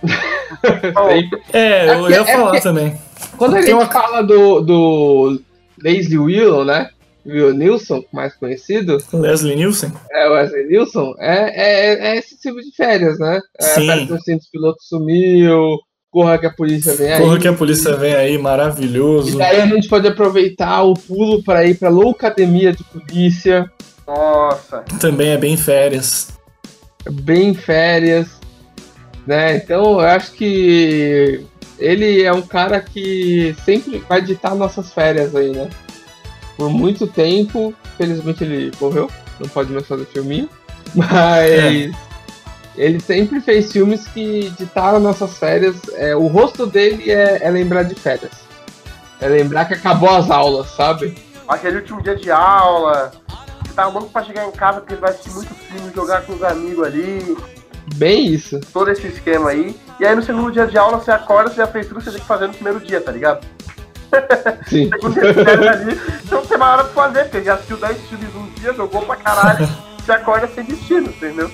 Eu ia falar também. Quando a gente fala do Leslie Wilson, né? Will Nilson, mais conhecido. Leslie Nielsen? O Wesley Nilson. É esse tipo de férias, né? Parece que o piloto sumiu... Corra que a polícia vem aí. Corra que a polícia vem aí, maravilhoso. E daí a gente pode aproveitar o pulo para ir pra Loucademia de Polícia. Nossa. Também é bem férias. Bem férias. Né? Então eu acho que ele é um cara que sempre vai ditar nossas férias aí, né? Por muito tempo. Felizmente ele morreu. Não pode mais fazer filminho. Mas... Ele sempre fez filmes que ditaram nossas férias. O rosto dele é lembrar de férias. É lembrar que acabou as aulas, sabe? Aquele último dia de aula. Você tá louco pra chegar em casa porque vai assistir muito filme, jogar com os amigos ali. Bem isso. Todo esse esquema aí. E aí no segundo dia de aula você acorda, você já fez tudo que você tem que fazer no primeiro dia, tá ligado? Sim. Segundo dia de férias ali, então não tem mais hora pra fazer, porque já assistiu 10 filmes um dia, jogou pra caralho. Você acorda sem destino, entendeu?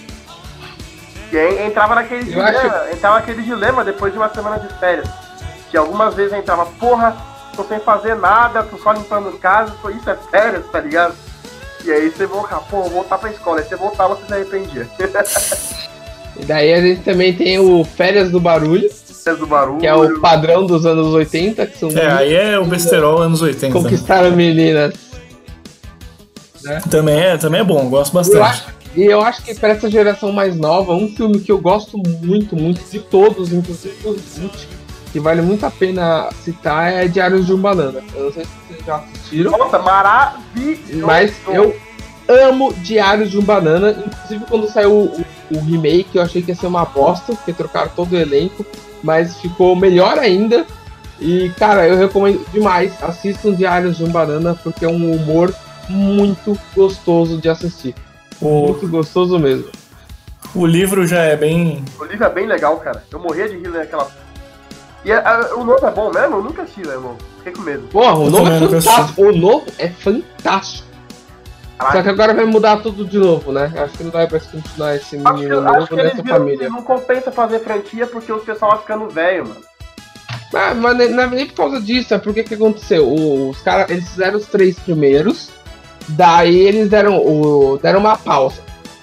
E aí entrava naquele dilema depois de uma semana de férias. Que algumas vezes entrava, porra, tô sem fazer nada, tô só limpando casa, isso é férias, tá ligado? E aí você voltava, vou voltar pra escola. Aí você voltava, você se arrependia. E daí a gente também tem o Férias do Barulho. Férias do Barulho. Que é o padrão dos anos 80. Que são aí é o besterol anos 80. Conquistaram meninas. Né? Também é bom, gosto bastante. Eu acho que para essa geração mais nova, um filme que eu gosto muito, muito de todos, inclusive dos 20, que vale muito a pena citar, é Diários de um Banana. Eu não sei se vocês já assistiram. Nossa, maravilhoso! Mas eu amo Diários de um Banana. Inclusive quando saiu o remake eu achei que ia ser uma bosta, porque trocaram todo o elenco, mas ficou melhor ainda. E, cara, eu recomendo demais, assistam Diários de um Banana, porque é um humor muito gostoso de assistir. Muito gostoso mesmo. O livro já é bem... O livro é bem legal, cara. Eu morria de rir naquela... E o novo é bom mesmo? Eu nunca assisti, né, irmão? Fiquei com medo. Porra, o novo é fantástico. O novo é fantástico. Só que agora vai mudar tudo de novo, né? Acho que não vai mais continuar esse menino novo nessa família. Não compensa fazer franquia porque o pessoal vai ficando velho, mano. Mas não é nem por causa disso, é porque que aconteceu? Os caras, eles fizeram os 3 primeiros, daí eles deram uma pausa.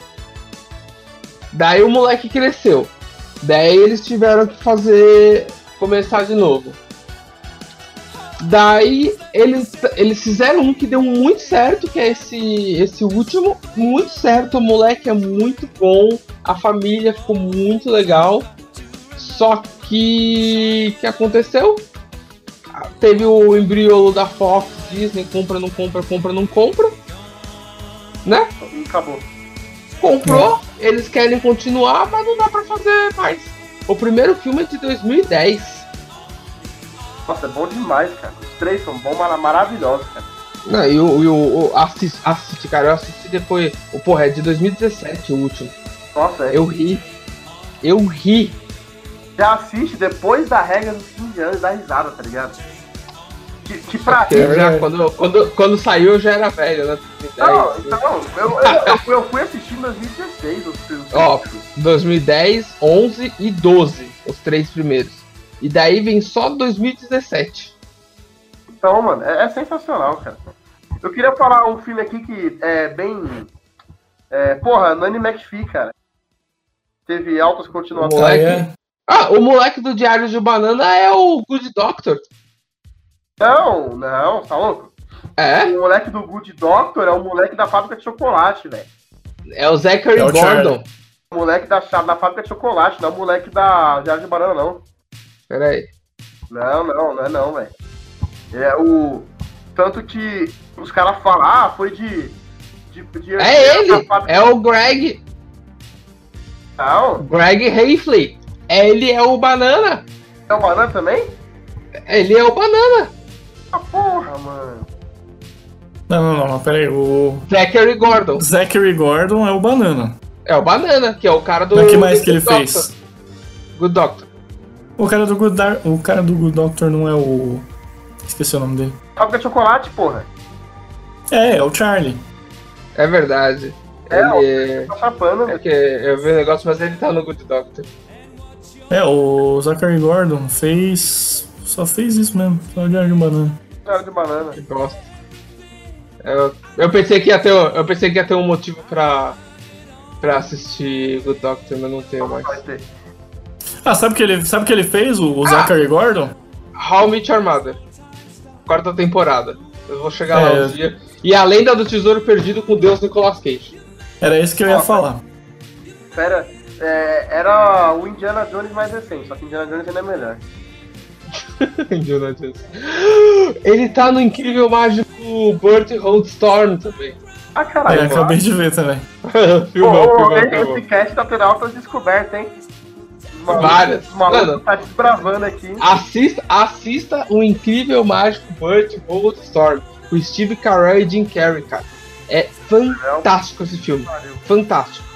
Daí o moleque cresceu. Daí eles tiveram que começar de novo. Daí eles fizeram um que deu muito certo, que é esse último. Muito certo, o moleque é muito bom, a família ficou muito legal. Só que... o que aconteceu? Teve o embriolo da Fox, Disney, compra, não compra, compra, não compra. Né? Acabou. Comprou, eles querem continuar, mas não dá pra fazer mais. O primeiro filme é de 2010. Nossa, é bom demais, cara. Os 3 são bons, maravilhosos, cara. Não, assiste, cara, eu assisti depois. Porra, é de 2017 o último. Nossa, Eu ri. Já assiste depois da regra dos 15 anos e dá risada, tá ligado? Que pra quando saiu eu já era velho, né? Não, então, eu fui assistir em 2016 os filmes. Ó, 2010, 11 e 12, os 3 primeiros. E daí vem só 2017. Então, mano, é sensacional, cara. Eu queria falar um filme aqui que é bem... porra, Nanny McPhee, cara. Teve altas continuações. O moleque do Diário de Banana é o Good Doctor. Não, tá louco? É? O moleque do Good Doctor é o moleque da fábrica de chocolate, velho. É o Zachary Gordon. O moleque da fábrica de chocolate, não é o moleque da Diário de Banana, não. Pera aí. Não é não, velho. É o... Tanto que os caras falam, foi de é ele! É o Greg! Não. Greg Hafley. Ele é o Banana. É o Banana também? Ele é o Banana. Ah, porra, mano. Não, peraí. O Zachary Gordon. Zachary Gordon é o Banana. É o Banana, que é o cara do... Mas o que mais que ele fez? Good Doctor. O cara do Good Doctor não é o... Esqueci o nome dele. Fábrica de chocolate, porra. É o Charlie. É verdade. Ele tá chapando. É que eu vi o negócio, mas ele tá no Good Doctor. O Zachary Gordon só fez isso mesmo. Só o Diário de um Banana. Diário de Banana. Que bosta. Eu pensei que ia ter um motivo pra assistir Good Doctor, mas não tenho mais. Sabe o que ele fez, o Zachary Gordon? How I Met Your Mother. 4ª temporada. Eu vou chegar lá um dia. E a Lenda do Tesouro Perdido com Deus Nicolas Cage. Era isso que eu ia falar. Pera, era o Indiana Jones mais recente, só que Indiana Jones ainda é melhor. Indiana Jones. Ele tá no Incrível Mágico Burt Holdstorm também. Ah, caralho. Acabei de ver também. Filmou. Esse cast tá tendo altas descobertas, hein? Várias. Mano, tá desbravando aqui. Assista o Incrível Mágico Burt Holdstorm com Steve Carell e Jim Carrey, cara. É fantástico esse filme. Fantástico.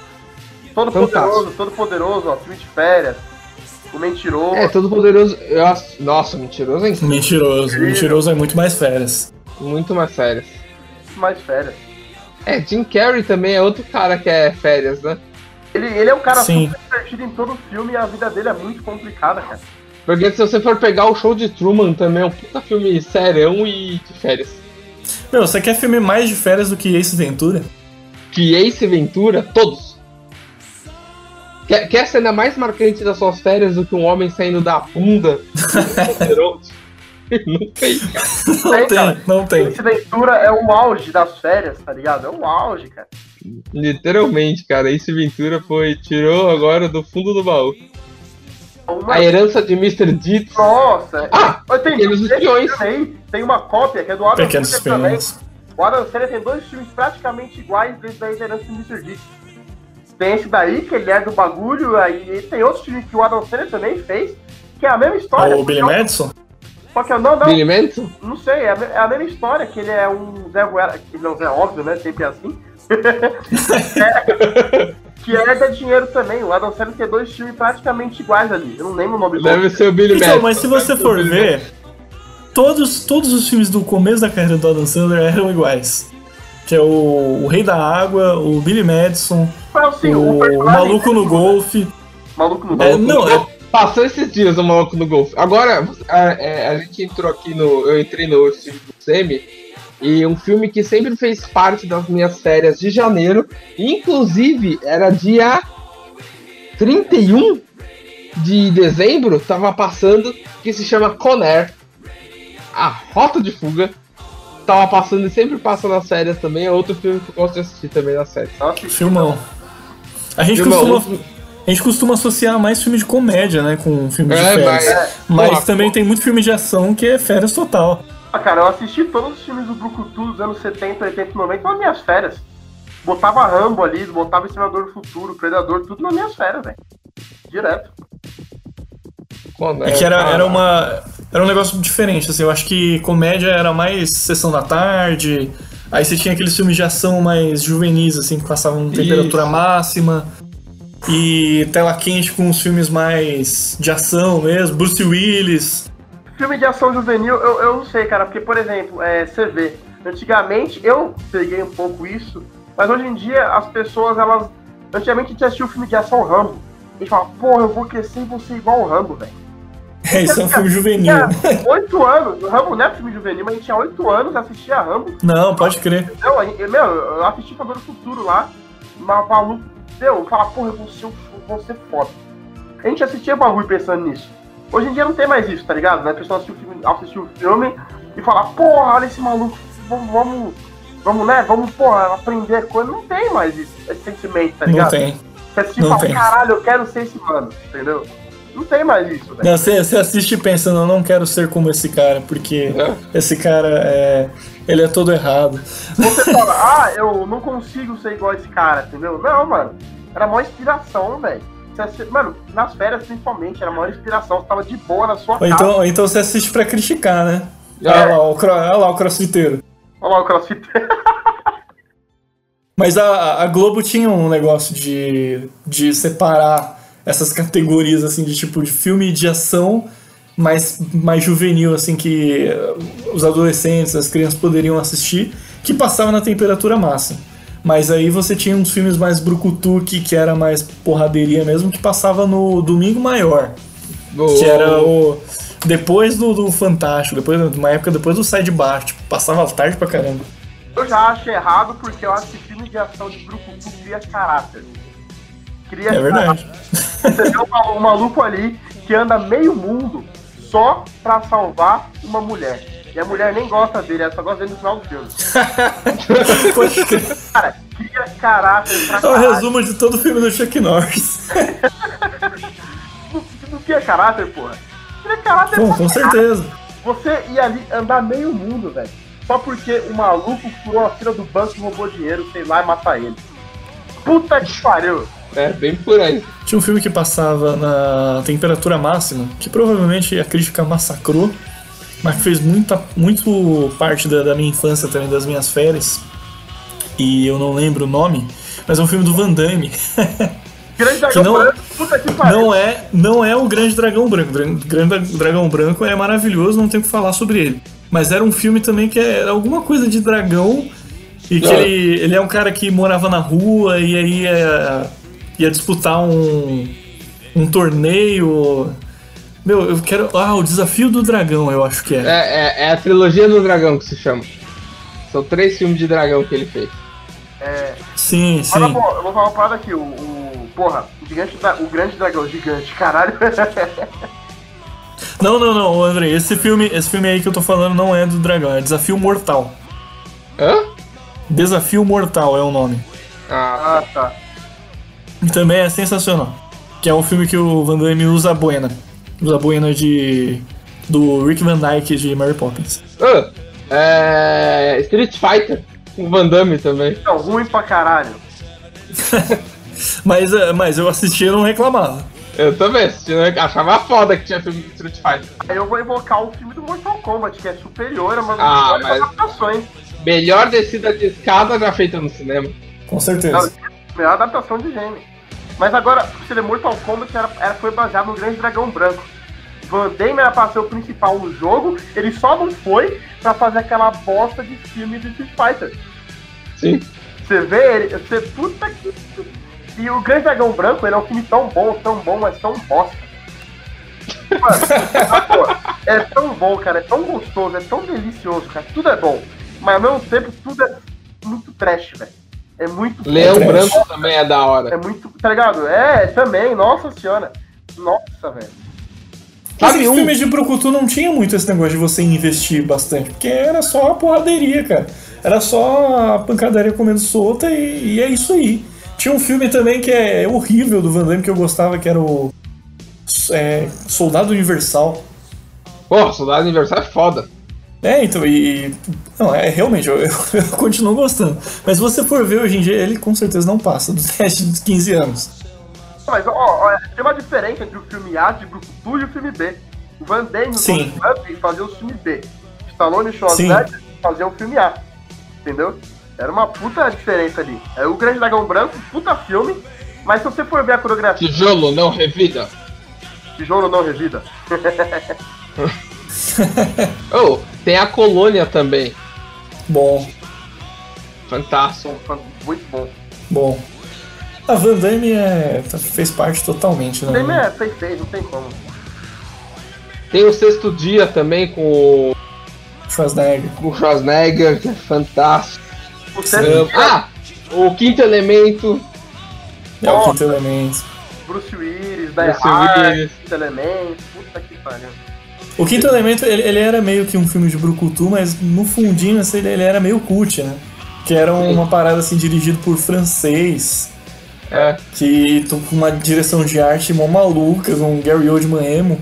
Todo poderoso, ó, filme de férias. O Mentiroso. Todo poderoso. Nossa, Mentiroso é incrível. Mentiroso é muito mais férias. Muito mais férias. Mais férias. Jim Carrey também é outro cara que é férias, né? Ele é um cara Sim. super divertido em todo o filme e a vida dele é muito complicada, cara. Porque se você for pegar o Show de Truman também é um puta filme serão e de férias. Meu, você quer filme mais de férias do que Ace Ventura? Que Ace Ventura? Todos. Quer a cena mais marcante das suas férias do que um homem saindo da bunda? Não tem, cara. Não tem. Ace Ventura é o auge das férias, tá ligado? É o auge, cara. Literalmente, cara. Ace Ventura tirou agora do fundo do baú. A herança de Mr. Deeds. Nossa! Pequenos Espiões. Tem uma cópia que é do Adam Pequenos Sandler também. Espiões. O Adam Sandler tem 2 filmes praticamente iguais desde a herança de Mr. Deeds. Tem esse daí, que ele é do bagulho, aí tem outros filmes que o Adam Sandler também fez, que é a mesma história. O Billy Madison? Só que eu não. Billy Madison? Não sei, é a mesma história, que ele é um Zé Ruela, que não é óbvio, né? Sempre assim. Que herda dinheiro também. O Adam Sandler tem 2 filmes praticamente iguais ali. Eu não lembro o nome Deve ser o Billy Madison. Então, mas se você for ver, todos os filmes do começo da carreira do Adam Sandler eram iguais. Que é o Rei da Água, o Billy Madison, Assim, o Maluco no Golfe. Maluco no Golfe. Não, Passou esses dias o Maluco no Golfe. Agora, a gente entrou aqui eu entrei no estúdio do Semi, e um filme que sempre fez parte das minhas férias de janeiro, inclusive era dia 31 de dezembro, tava passando, que se chama Con Air, A Rota de Fuga. Tava passando e sempre passa nas férias também, é outro filme que eu gosto de assistir também nas férias. Filmão. A gente costuma associar mais filme de comédia, né, com filme de férias. Mas também tem muito filme de ação que é férias total. Cara, eu assisti todos os filmes do Brucutu dos anos 70, 80 e 90 nas minhas férias. Botava Rambo ali, botava Exterminador do Futuro, Predador, tudo nas minhas férias, velho. Direto. É que era um negócio diferente, assim, eu acho que comédia era mais sessão da tarde, aí você tinha aqueles filmes de ação mais juvenis, assim, que passavam temperatura máxima, e tela quente com os filmes mais de ação mesmo, Bruce Willis. Filme de ação juvenil, eu não sei, cara, porque, por exemplo, você vê, antigamente eu peguei um pouco isso, mas hoje em dia as pessoas, antigamente a gente assistiu o filme de ação Rambo, a gente fala, porra, eu vou crescer e vou ser igual o Rambo, velho. Isso é um filme juvenil. 8 anos, o Rambo não é filme juvenil, mas a gente tinha 8 anos, assistia Rambo. Não, pode crer. Eu assisti Predador do Futuro lá, maluco, eu falava, porra, eu vou ser foda. A gente assistia bagulho pensando nisso. Hoje em dia não tem mais isso, tá ligado? A pessoa assistiu o filme e fala, porra, olha esse maluco, vamos, né? Vamos, porra, aprender coisa. Não tem mais isso, esse sentimento, tá ligado? Não tem. Você assiste e fala, caralho, eu quero ser esse mano, entendeu? Não tem mais isso, velho. Você assiste pensando, eu não quero ser como esse cara, porque esse cara ele é todo errado. Você fala, eu não consigo ser igual a esse cara, entendeu? Não, mano, era a maior inspiração, velho. Mano, nas férias principalmente, era a maior inspiração, você tava de boa na sua casa. Então você assiste pra criticar, né? Olha lá o crossfiteiro. Olha lá o crossfiteiro. Mas a Globo tinha um negócio de separar essas categorias, assim, de tipo de filme de ação mais juvenil, assim, que os adolescentes, as crianças poderiam assistir, que passava na temperatura máxima. Mas aí você tinha uns filmes mais brucutu, que era mais porraderia mesmo, que passava no Domingo Maior. Que era depois do Fantástico, uma época depois do Sai de Baixo, tipo, passava tarde pra caramba. Eu já acho errado, porque eu acho que filme de ação de brucutu cria caráter. É verdade. Você vê um maluco ali que anda meio mundo só pra salvar uma mulher. E a mulher nem gosta dele, ela só gosta dele no final do filme. Cara, cria caráter pra caralho. É o resumo de todo o filme do Chuck Norris. Não cria caráter, porra. Cria caráter com certeza. Você ia ali andar meio mundo, velho. Só porque o maluco furou a fila do banco e roubou dinheiro, sei lá, e matar ele. Puta que pariu. Bem por aí. Tinha um filme que passava na temperatura máxima, que provavelmente a crítica massacrou, mas que fez muito parte da minha infância também, das minhas férias. E eu não lembro o nome, mas é um filme do Van Damme. Grande Dragão Branco, puta que pariu. Não é o Grande Dragão Branco. O Grande Dragão Branco é maravilhoso, não tenho o que falar sobre ele. Mas era um filme também que era alguma coisa de dragão, e que ele é um cara que morava na rua e aí ia disputar um torneio. Meu, eu quero... o Desafio do Dragão, eu acho que é. É a trilogia do dragão que se chama. São 3 filmes de dragão que ele fez. Sim. Olha, eu vou falar uma parada aqui. Porra, o Grande Dragão, gigante, caralho. Não, André, esse filme aí que eu tô falando não é do dragão, é Desafio Mortal. Hã? Desafio Mortal é o nome. Ah, tá. E também é sensacional. Que é um filme que o Van Damme usa a boina. Usa a boina do Rick Van Dyke de Mary Poppins. Street Fighter, com Van Damme também. Não, ruim pra caralho. Mas eu assisti e não reclamava. Eu também assisti, né? Achava foda que tinha filme de Street Fighter. Aí eu vou invocar o filme do Mortal Kombat, que é superior a uma das mas- adaptações. Melhor descida de escada já feita no cinema. Com certeza. Melhor adaptação de gênero. Mas agora, você vê, Mortal Kombat foi baseado no Grande Dragão Branco. Van Damme era pra ser o principal no jogo, ele só não foi pra fazer aquela bosta de filme de Street Fighter. Sim. Você vê ele, você puta que... E o Grande Dragão Branco, ele é um filme tão bom, mas tão bosta. Mano, pô, é tão bom, cara, é tão gostoso, é tão delicioso, cara, tudo é bom. Mas ao mesmo tempo, tudo é muito trash, velho. É muito... Leão trash. Branco também é da hora. É muito, tá ligado? É, também, nossa senhora. Nossa, velho. Mas Sabe os um? filmes de Brucutu não tinha muito esse negócio de você investir bastante, porque era só a porraderia, cara. Era só a pancadaria comendo solta e é isso aí. Tinha um filme também que é horrível do Van Damme que eu gostava, que era o Soldado Universal. Porra, Soldado Universal é foda. Então, não, realmente, eu continuo gostando. Mas se você for ver hoje em dia, ele com certeza não passa dos testes de 15 anos. Mas, ó, tem uma diferença entre o filme A de Brucutu e o filme B. O Van Damme no Sim. fazia o filme B. Stallone e Schwarzenegger faziam o filme A. Entendeu? Era uma puta diferença ali. É o Grande Dragão Branco, puta filme, mas se você for ver a coreografia... Tijolo, não revida. Tijolo não revida. Oh, tem a Colônia também. Bom. Fantástico. Muito bom. Bom. A Van Damme fez parte totalmente, né? Tem fez, não tem como. Tem o Sexto Dia também com Schwarzenegger. o Schwarzenegger, que é fantástico. O Sexto Dia, O Quinto Elemento. É o Quinto Elemento. Bruce Willis, Die Bruce Hard, Willis. Quinto Elemento, puta que pariu. O Quinto Elemento, ele era meio que um filme de brucutu, mas no fundinho assim, ele era meio cult, né? Que era uma parada assim, dirigida por francês, que com uma direção de arte mó maluca, com Gary Oldman emo.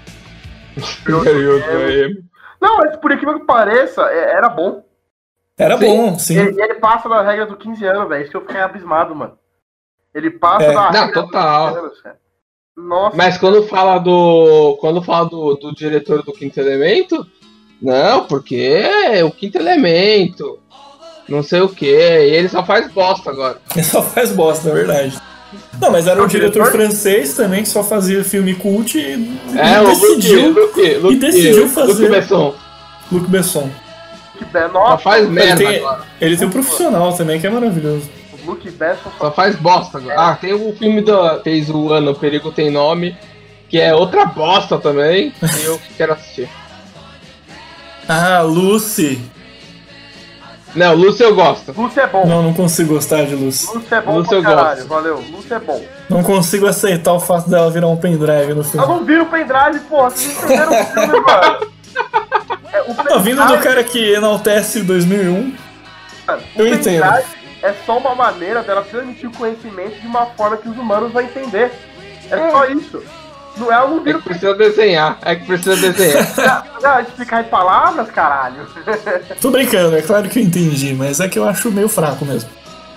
Não, mas por incrível que pareça, era bom. Era bom, sim. Ele passa das regras do 15 anos, velho. Isso que eu fiquei abismado, mano. Ele passa da Não, regra total. dos 15 anos, cara. Nossa. Mas quando fala do diretor do Quinto Elemento, não, porque é o Quinto Elemento, não sei o que, e ele só faz bosta agora. Ele só faz bosta, na verdade. Não, mas era um diretor francês também que só fazia filme cult e decidiu fazer. Luc Besson. Luc Besson. Nossa, Só faz merda agora. Ele tem um profissional também que é maravilhoso. o Luke Besson Só faz bosta agora. Tem o filme fez o ano, O Perigo Tem Nome, que é outra bosta também, e eu quero assistir. Ah, Lucy. Não, Lúcio eu gosto. Lúcio é bom. Não consigo gostar de Lucy. Lúcio é bom Lúcio pra eu caralho, gosto. valeu. Lúcio é bom. Não consigo aceitar o fato dela virar um pendrive no Eu filme. não vi o pendrive, porra. Vocês entenderam o filme, mano. O Tá vindo do cara que enaltece 2001. Eu entendo. É só uma maneira dela transmitir o conhecimento de uma forma que os humanos vão entender. É só isso. Não é um É que precisa desenhar. Já explicar em palavras, caralho. Tô brincando, é claro que eu entendi, mas é que eu acho meio fraco mesmo.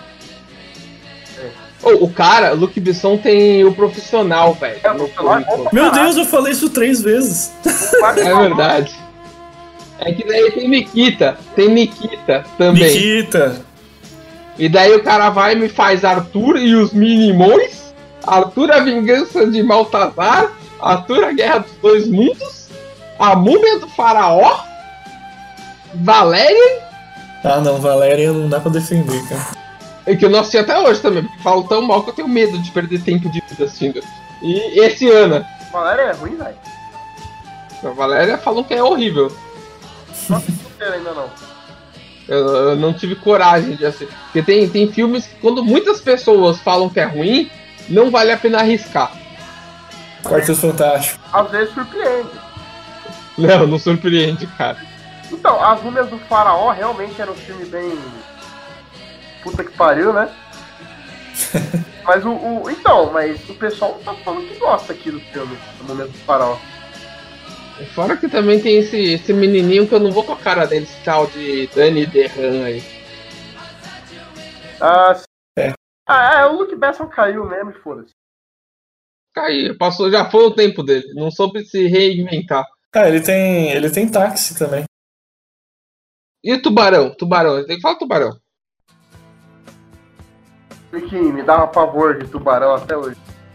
O cara, Luc Besson tem o profissional, velho. É, o profissional é bom pra Meu caralho. Deus, eu falei isso 3 vezes. É verdade. É que daí tem Nikita também. Nikita. E daí o cara vai e me faz Arthur e os Minimões, Arthur a Vingança de Maltazar, Arthur a Guerra dos Dois Mundos, a Múmia do Faraó, Valerian, Ah não, Valéria não dá pra defender, cara. e que eu não assisti até hoje também, porque falo tão mal que eu tenho medo de perder tempo de vida assistindo. E esse ano, Valéria é ruim, velho. a Valéria falou que é horrível. Não assisti ainda não. Eu não tive coragem de assistir. Porque tem filmes que quando muitas pessoas falam que é ruim, não vale a pena arriscar. Quarteto Fantástico. Às vezes surpreende. Não surpreende, cara. Então, As Múmias do Faraó realmente era um filme bem... Puta que pariu, né? Mas mas o pessoal tá falando que gosta aqui do filme, As Múmias do Faraó. Fora que também tem esse menininho que eu não vou com a cara dele, esse tal de Danny DeHaan aí. Ah, O Luke Besson caiu mesmo e foda-se. Caiu, passou, já foi o tempo dele. Não soube se reinventar. Ele tem Táxi também. E o Tubarão? Tubarão, tem que falar Tubarão. Que me dá um pavor de Tubarão até hoje.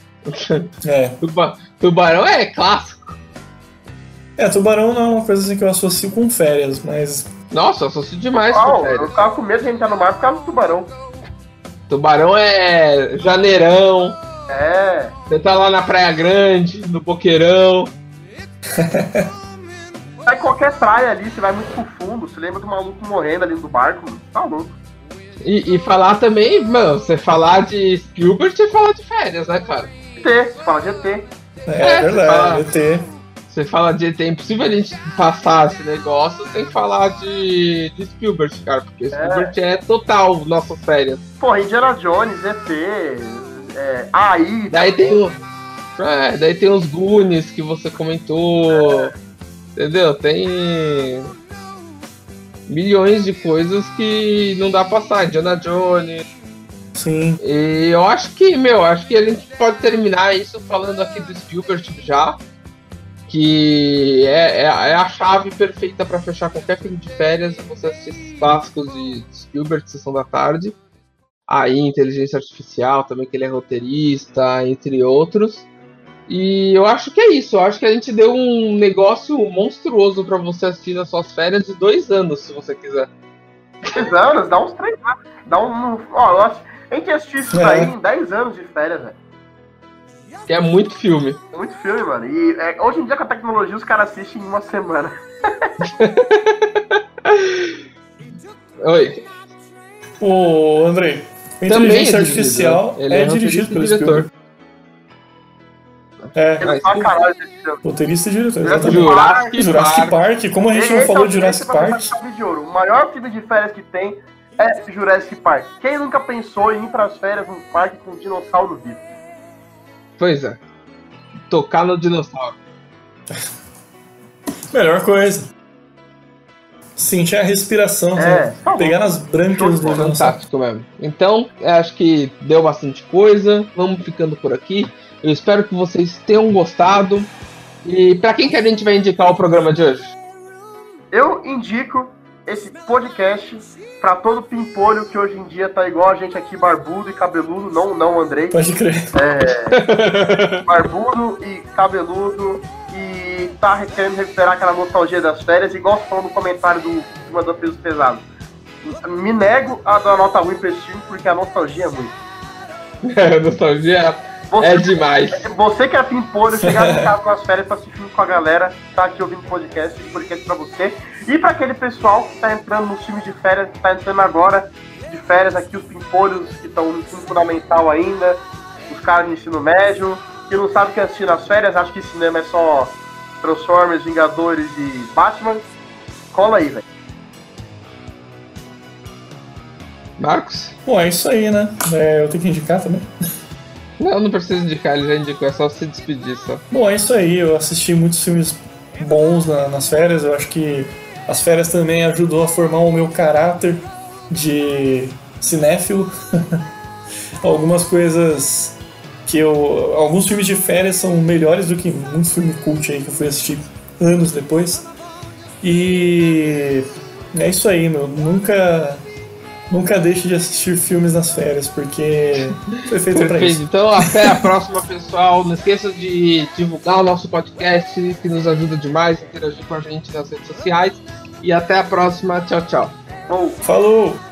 Tubarão é clássico. Tubarão não é uma coisa assim que eu associo com férias, mas... Nossa, eu associo demais com férias. Eu ficava com medo de entrar no mar por causa do Tubarão. Tubarão é janeirão. É. Você tá lá na Praia Grande, no Boqueirão. Vai qualquer praia ali, você vai muito pro fundo, você lembra do maluco morrendo ali no barco, tá louco. E falar também, mano, você falar de Spielberg, você fala de férias, né, cara? ET, você fala de ET. É verdade, ET. Você fala de ET, é impossível a gente passar esse negócio sem falar de Spielberg, cara, porque Spielberg é total nossas férias. Pô, Indiana Jones, ET, AI... Daí tem os Goonies que você comentou, entendeu? Tem milhões de coisas que não dá pra passar, Indiana Jones... Sim. E eu acho que a gente pode terminar isso falando aqui do Spielberg já, que é a chave perfeita para fechar qualquer filme de férias. Você assistir esses clássicos de Spielberg, Sessão da Tarde, aí Inteligência Artificial também, que ele é roteirista, entre outros. E eu acho que é isso, eu acho que a gente deu um negócio monstruoso para você assistir nas suas férias de 2 anos, se você quiser. 2 anos, dá uns 3 anos, a gente assistiu isso daí em 10 anos de férias, velho. Que é muito filme. É muito filme, mano. E hoje em dia com a tecnologia os caras assistem em uma semana. Oi. Ô, Andrei, a Inteligência Artificial é dirigido pelo Spielberg. Roteirista e diretor. Jurassic Park. Como a gente não falou de Jurassic Park? O maior filme de férias que tem é Jurassic Park. Quem nunca pensou em ir pras férias num parque com um dinossauro vivo? Pois é. Tocar no dinossauro. Melhor coisa. Sentir a respiração, pegar nas brancas do dinossauro. Fantástico mesmo. Então, acho que deu bastante coisa. Vamos ficando por aqui. Eu espero que vocês tenham gostado. E pra quem que a gente vai indicar o programa de hoje? Eu indico esse podcast pra todo pimpolho que hoje em dia tá igual a gente aqui, barbudo e cabeludo, não Andrei. Pode crer. Barbudo e cabeludo e tá querendo recuperar aquela nostalgia das férias, igual você falou no comentário do Mandou Peso Pesado. Me nego a dar nota ruim pra esse filme, porque a nostalgia é muito. A nostalgia é demais. Você que é pimpolho, chegar em casa nas férias pra assistir filme com a galera, tá aqui ouvindo podcast pra você. E pra aquele pessoal que tá entrando no filme de férias, que tá entrando agora de férias aqui, os pimpolhos que estão no ensino fundamental ainda, os caras de ensino médio, que não sabem o que assistir nas férias, acham que cinema é só Transformers, Vingadores e Batman. Cola aí, velho. Marcos? Bom, é isso aí, né? Eu tenho que indicar também? Não precisa indicar, ele já indicou, é só se despedir só. Bom, é isso aí, eu assisti muitos filmes bons nas férias, eu acho que as férias também ajudou a formar o meu caráter de cinéfilo. Algumas coisas que alguns filmes de férias são melhores do que muitos filmes cult aí que eu fui assistir anos depois. E é isso aí, meu, nunca deixe de assistir filmes nas férias, porque foi feito pra isso. Então, até a próxima, pessoal. Não esqueça de divulgar o nosso podcast, que nos ajuda demais, interagir com a gente nas redes sociais. E até a próxima. Tchau, tchau. Falou!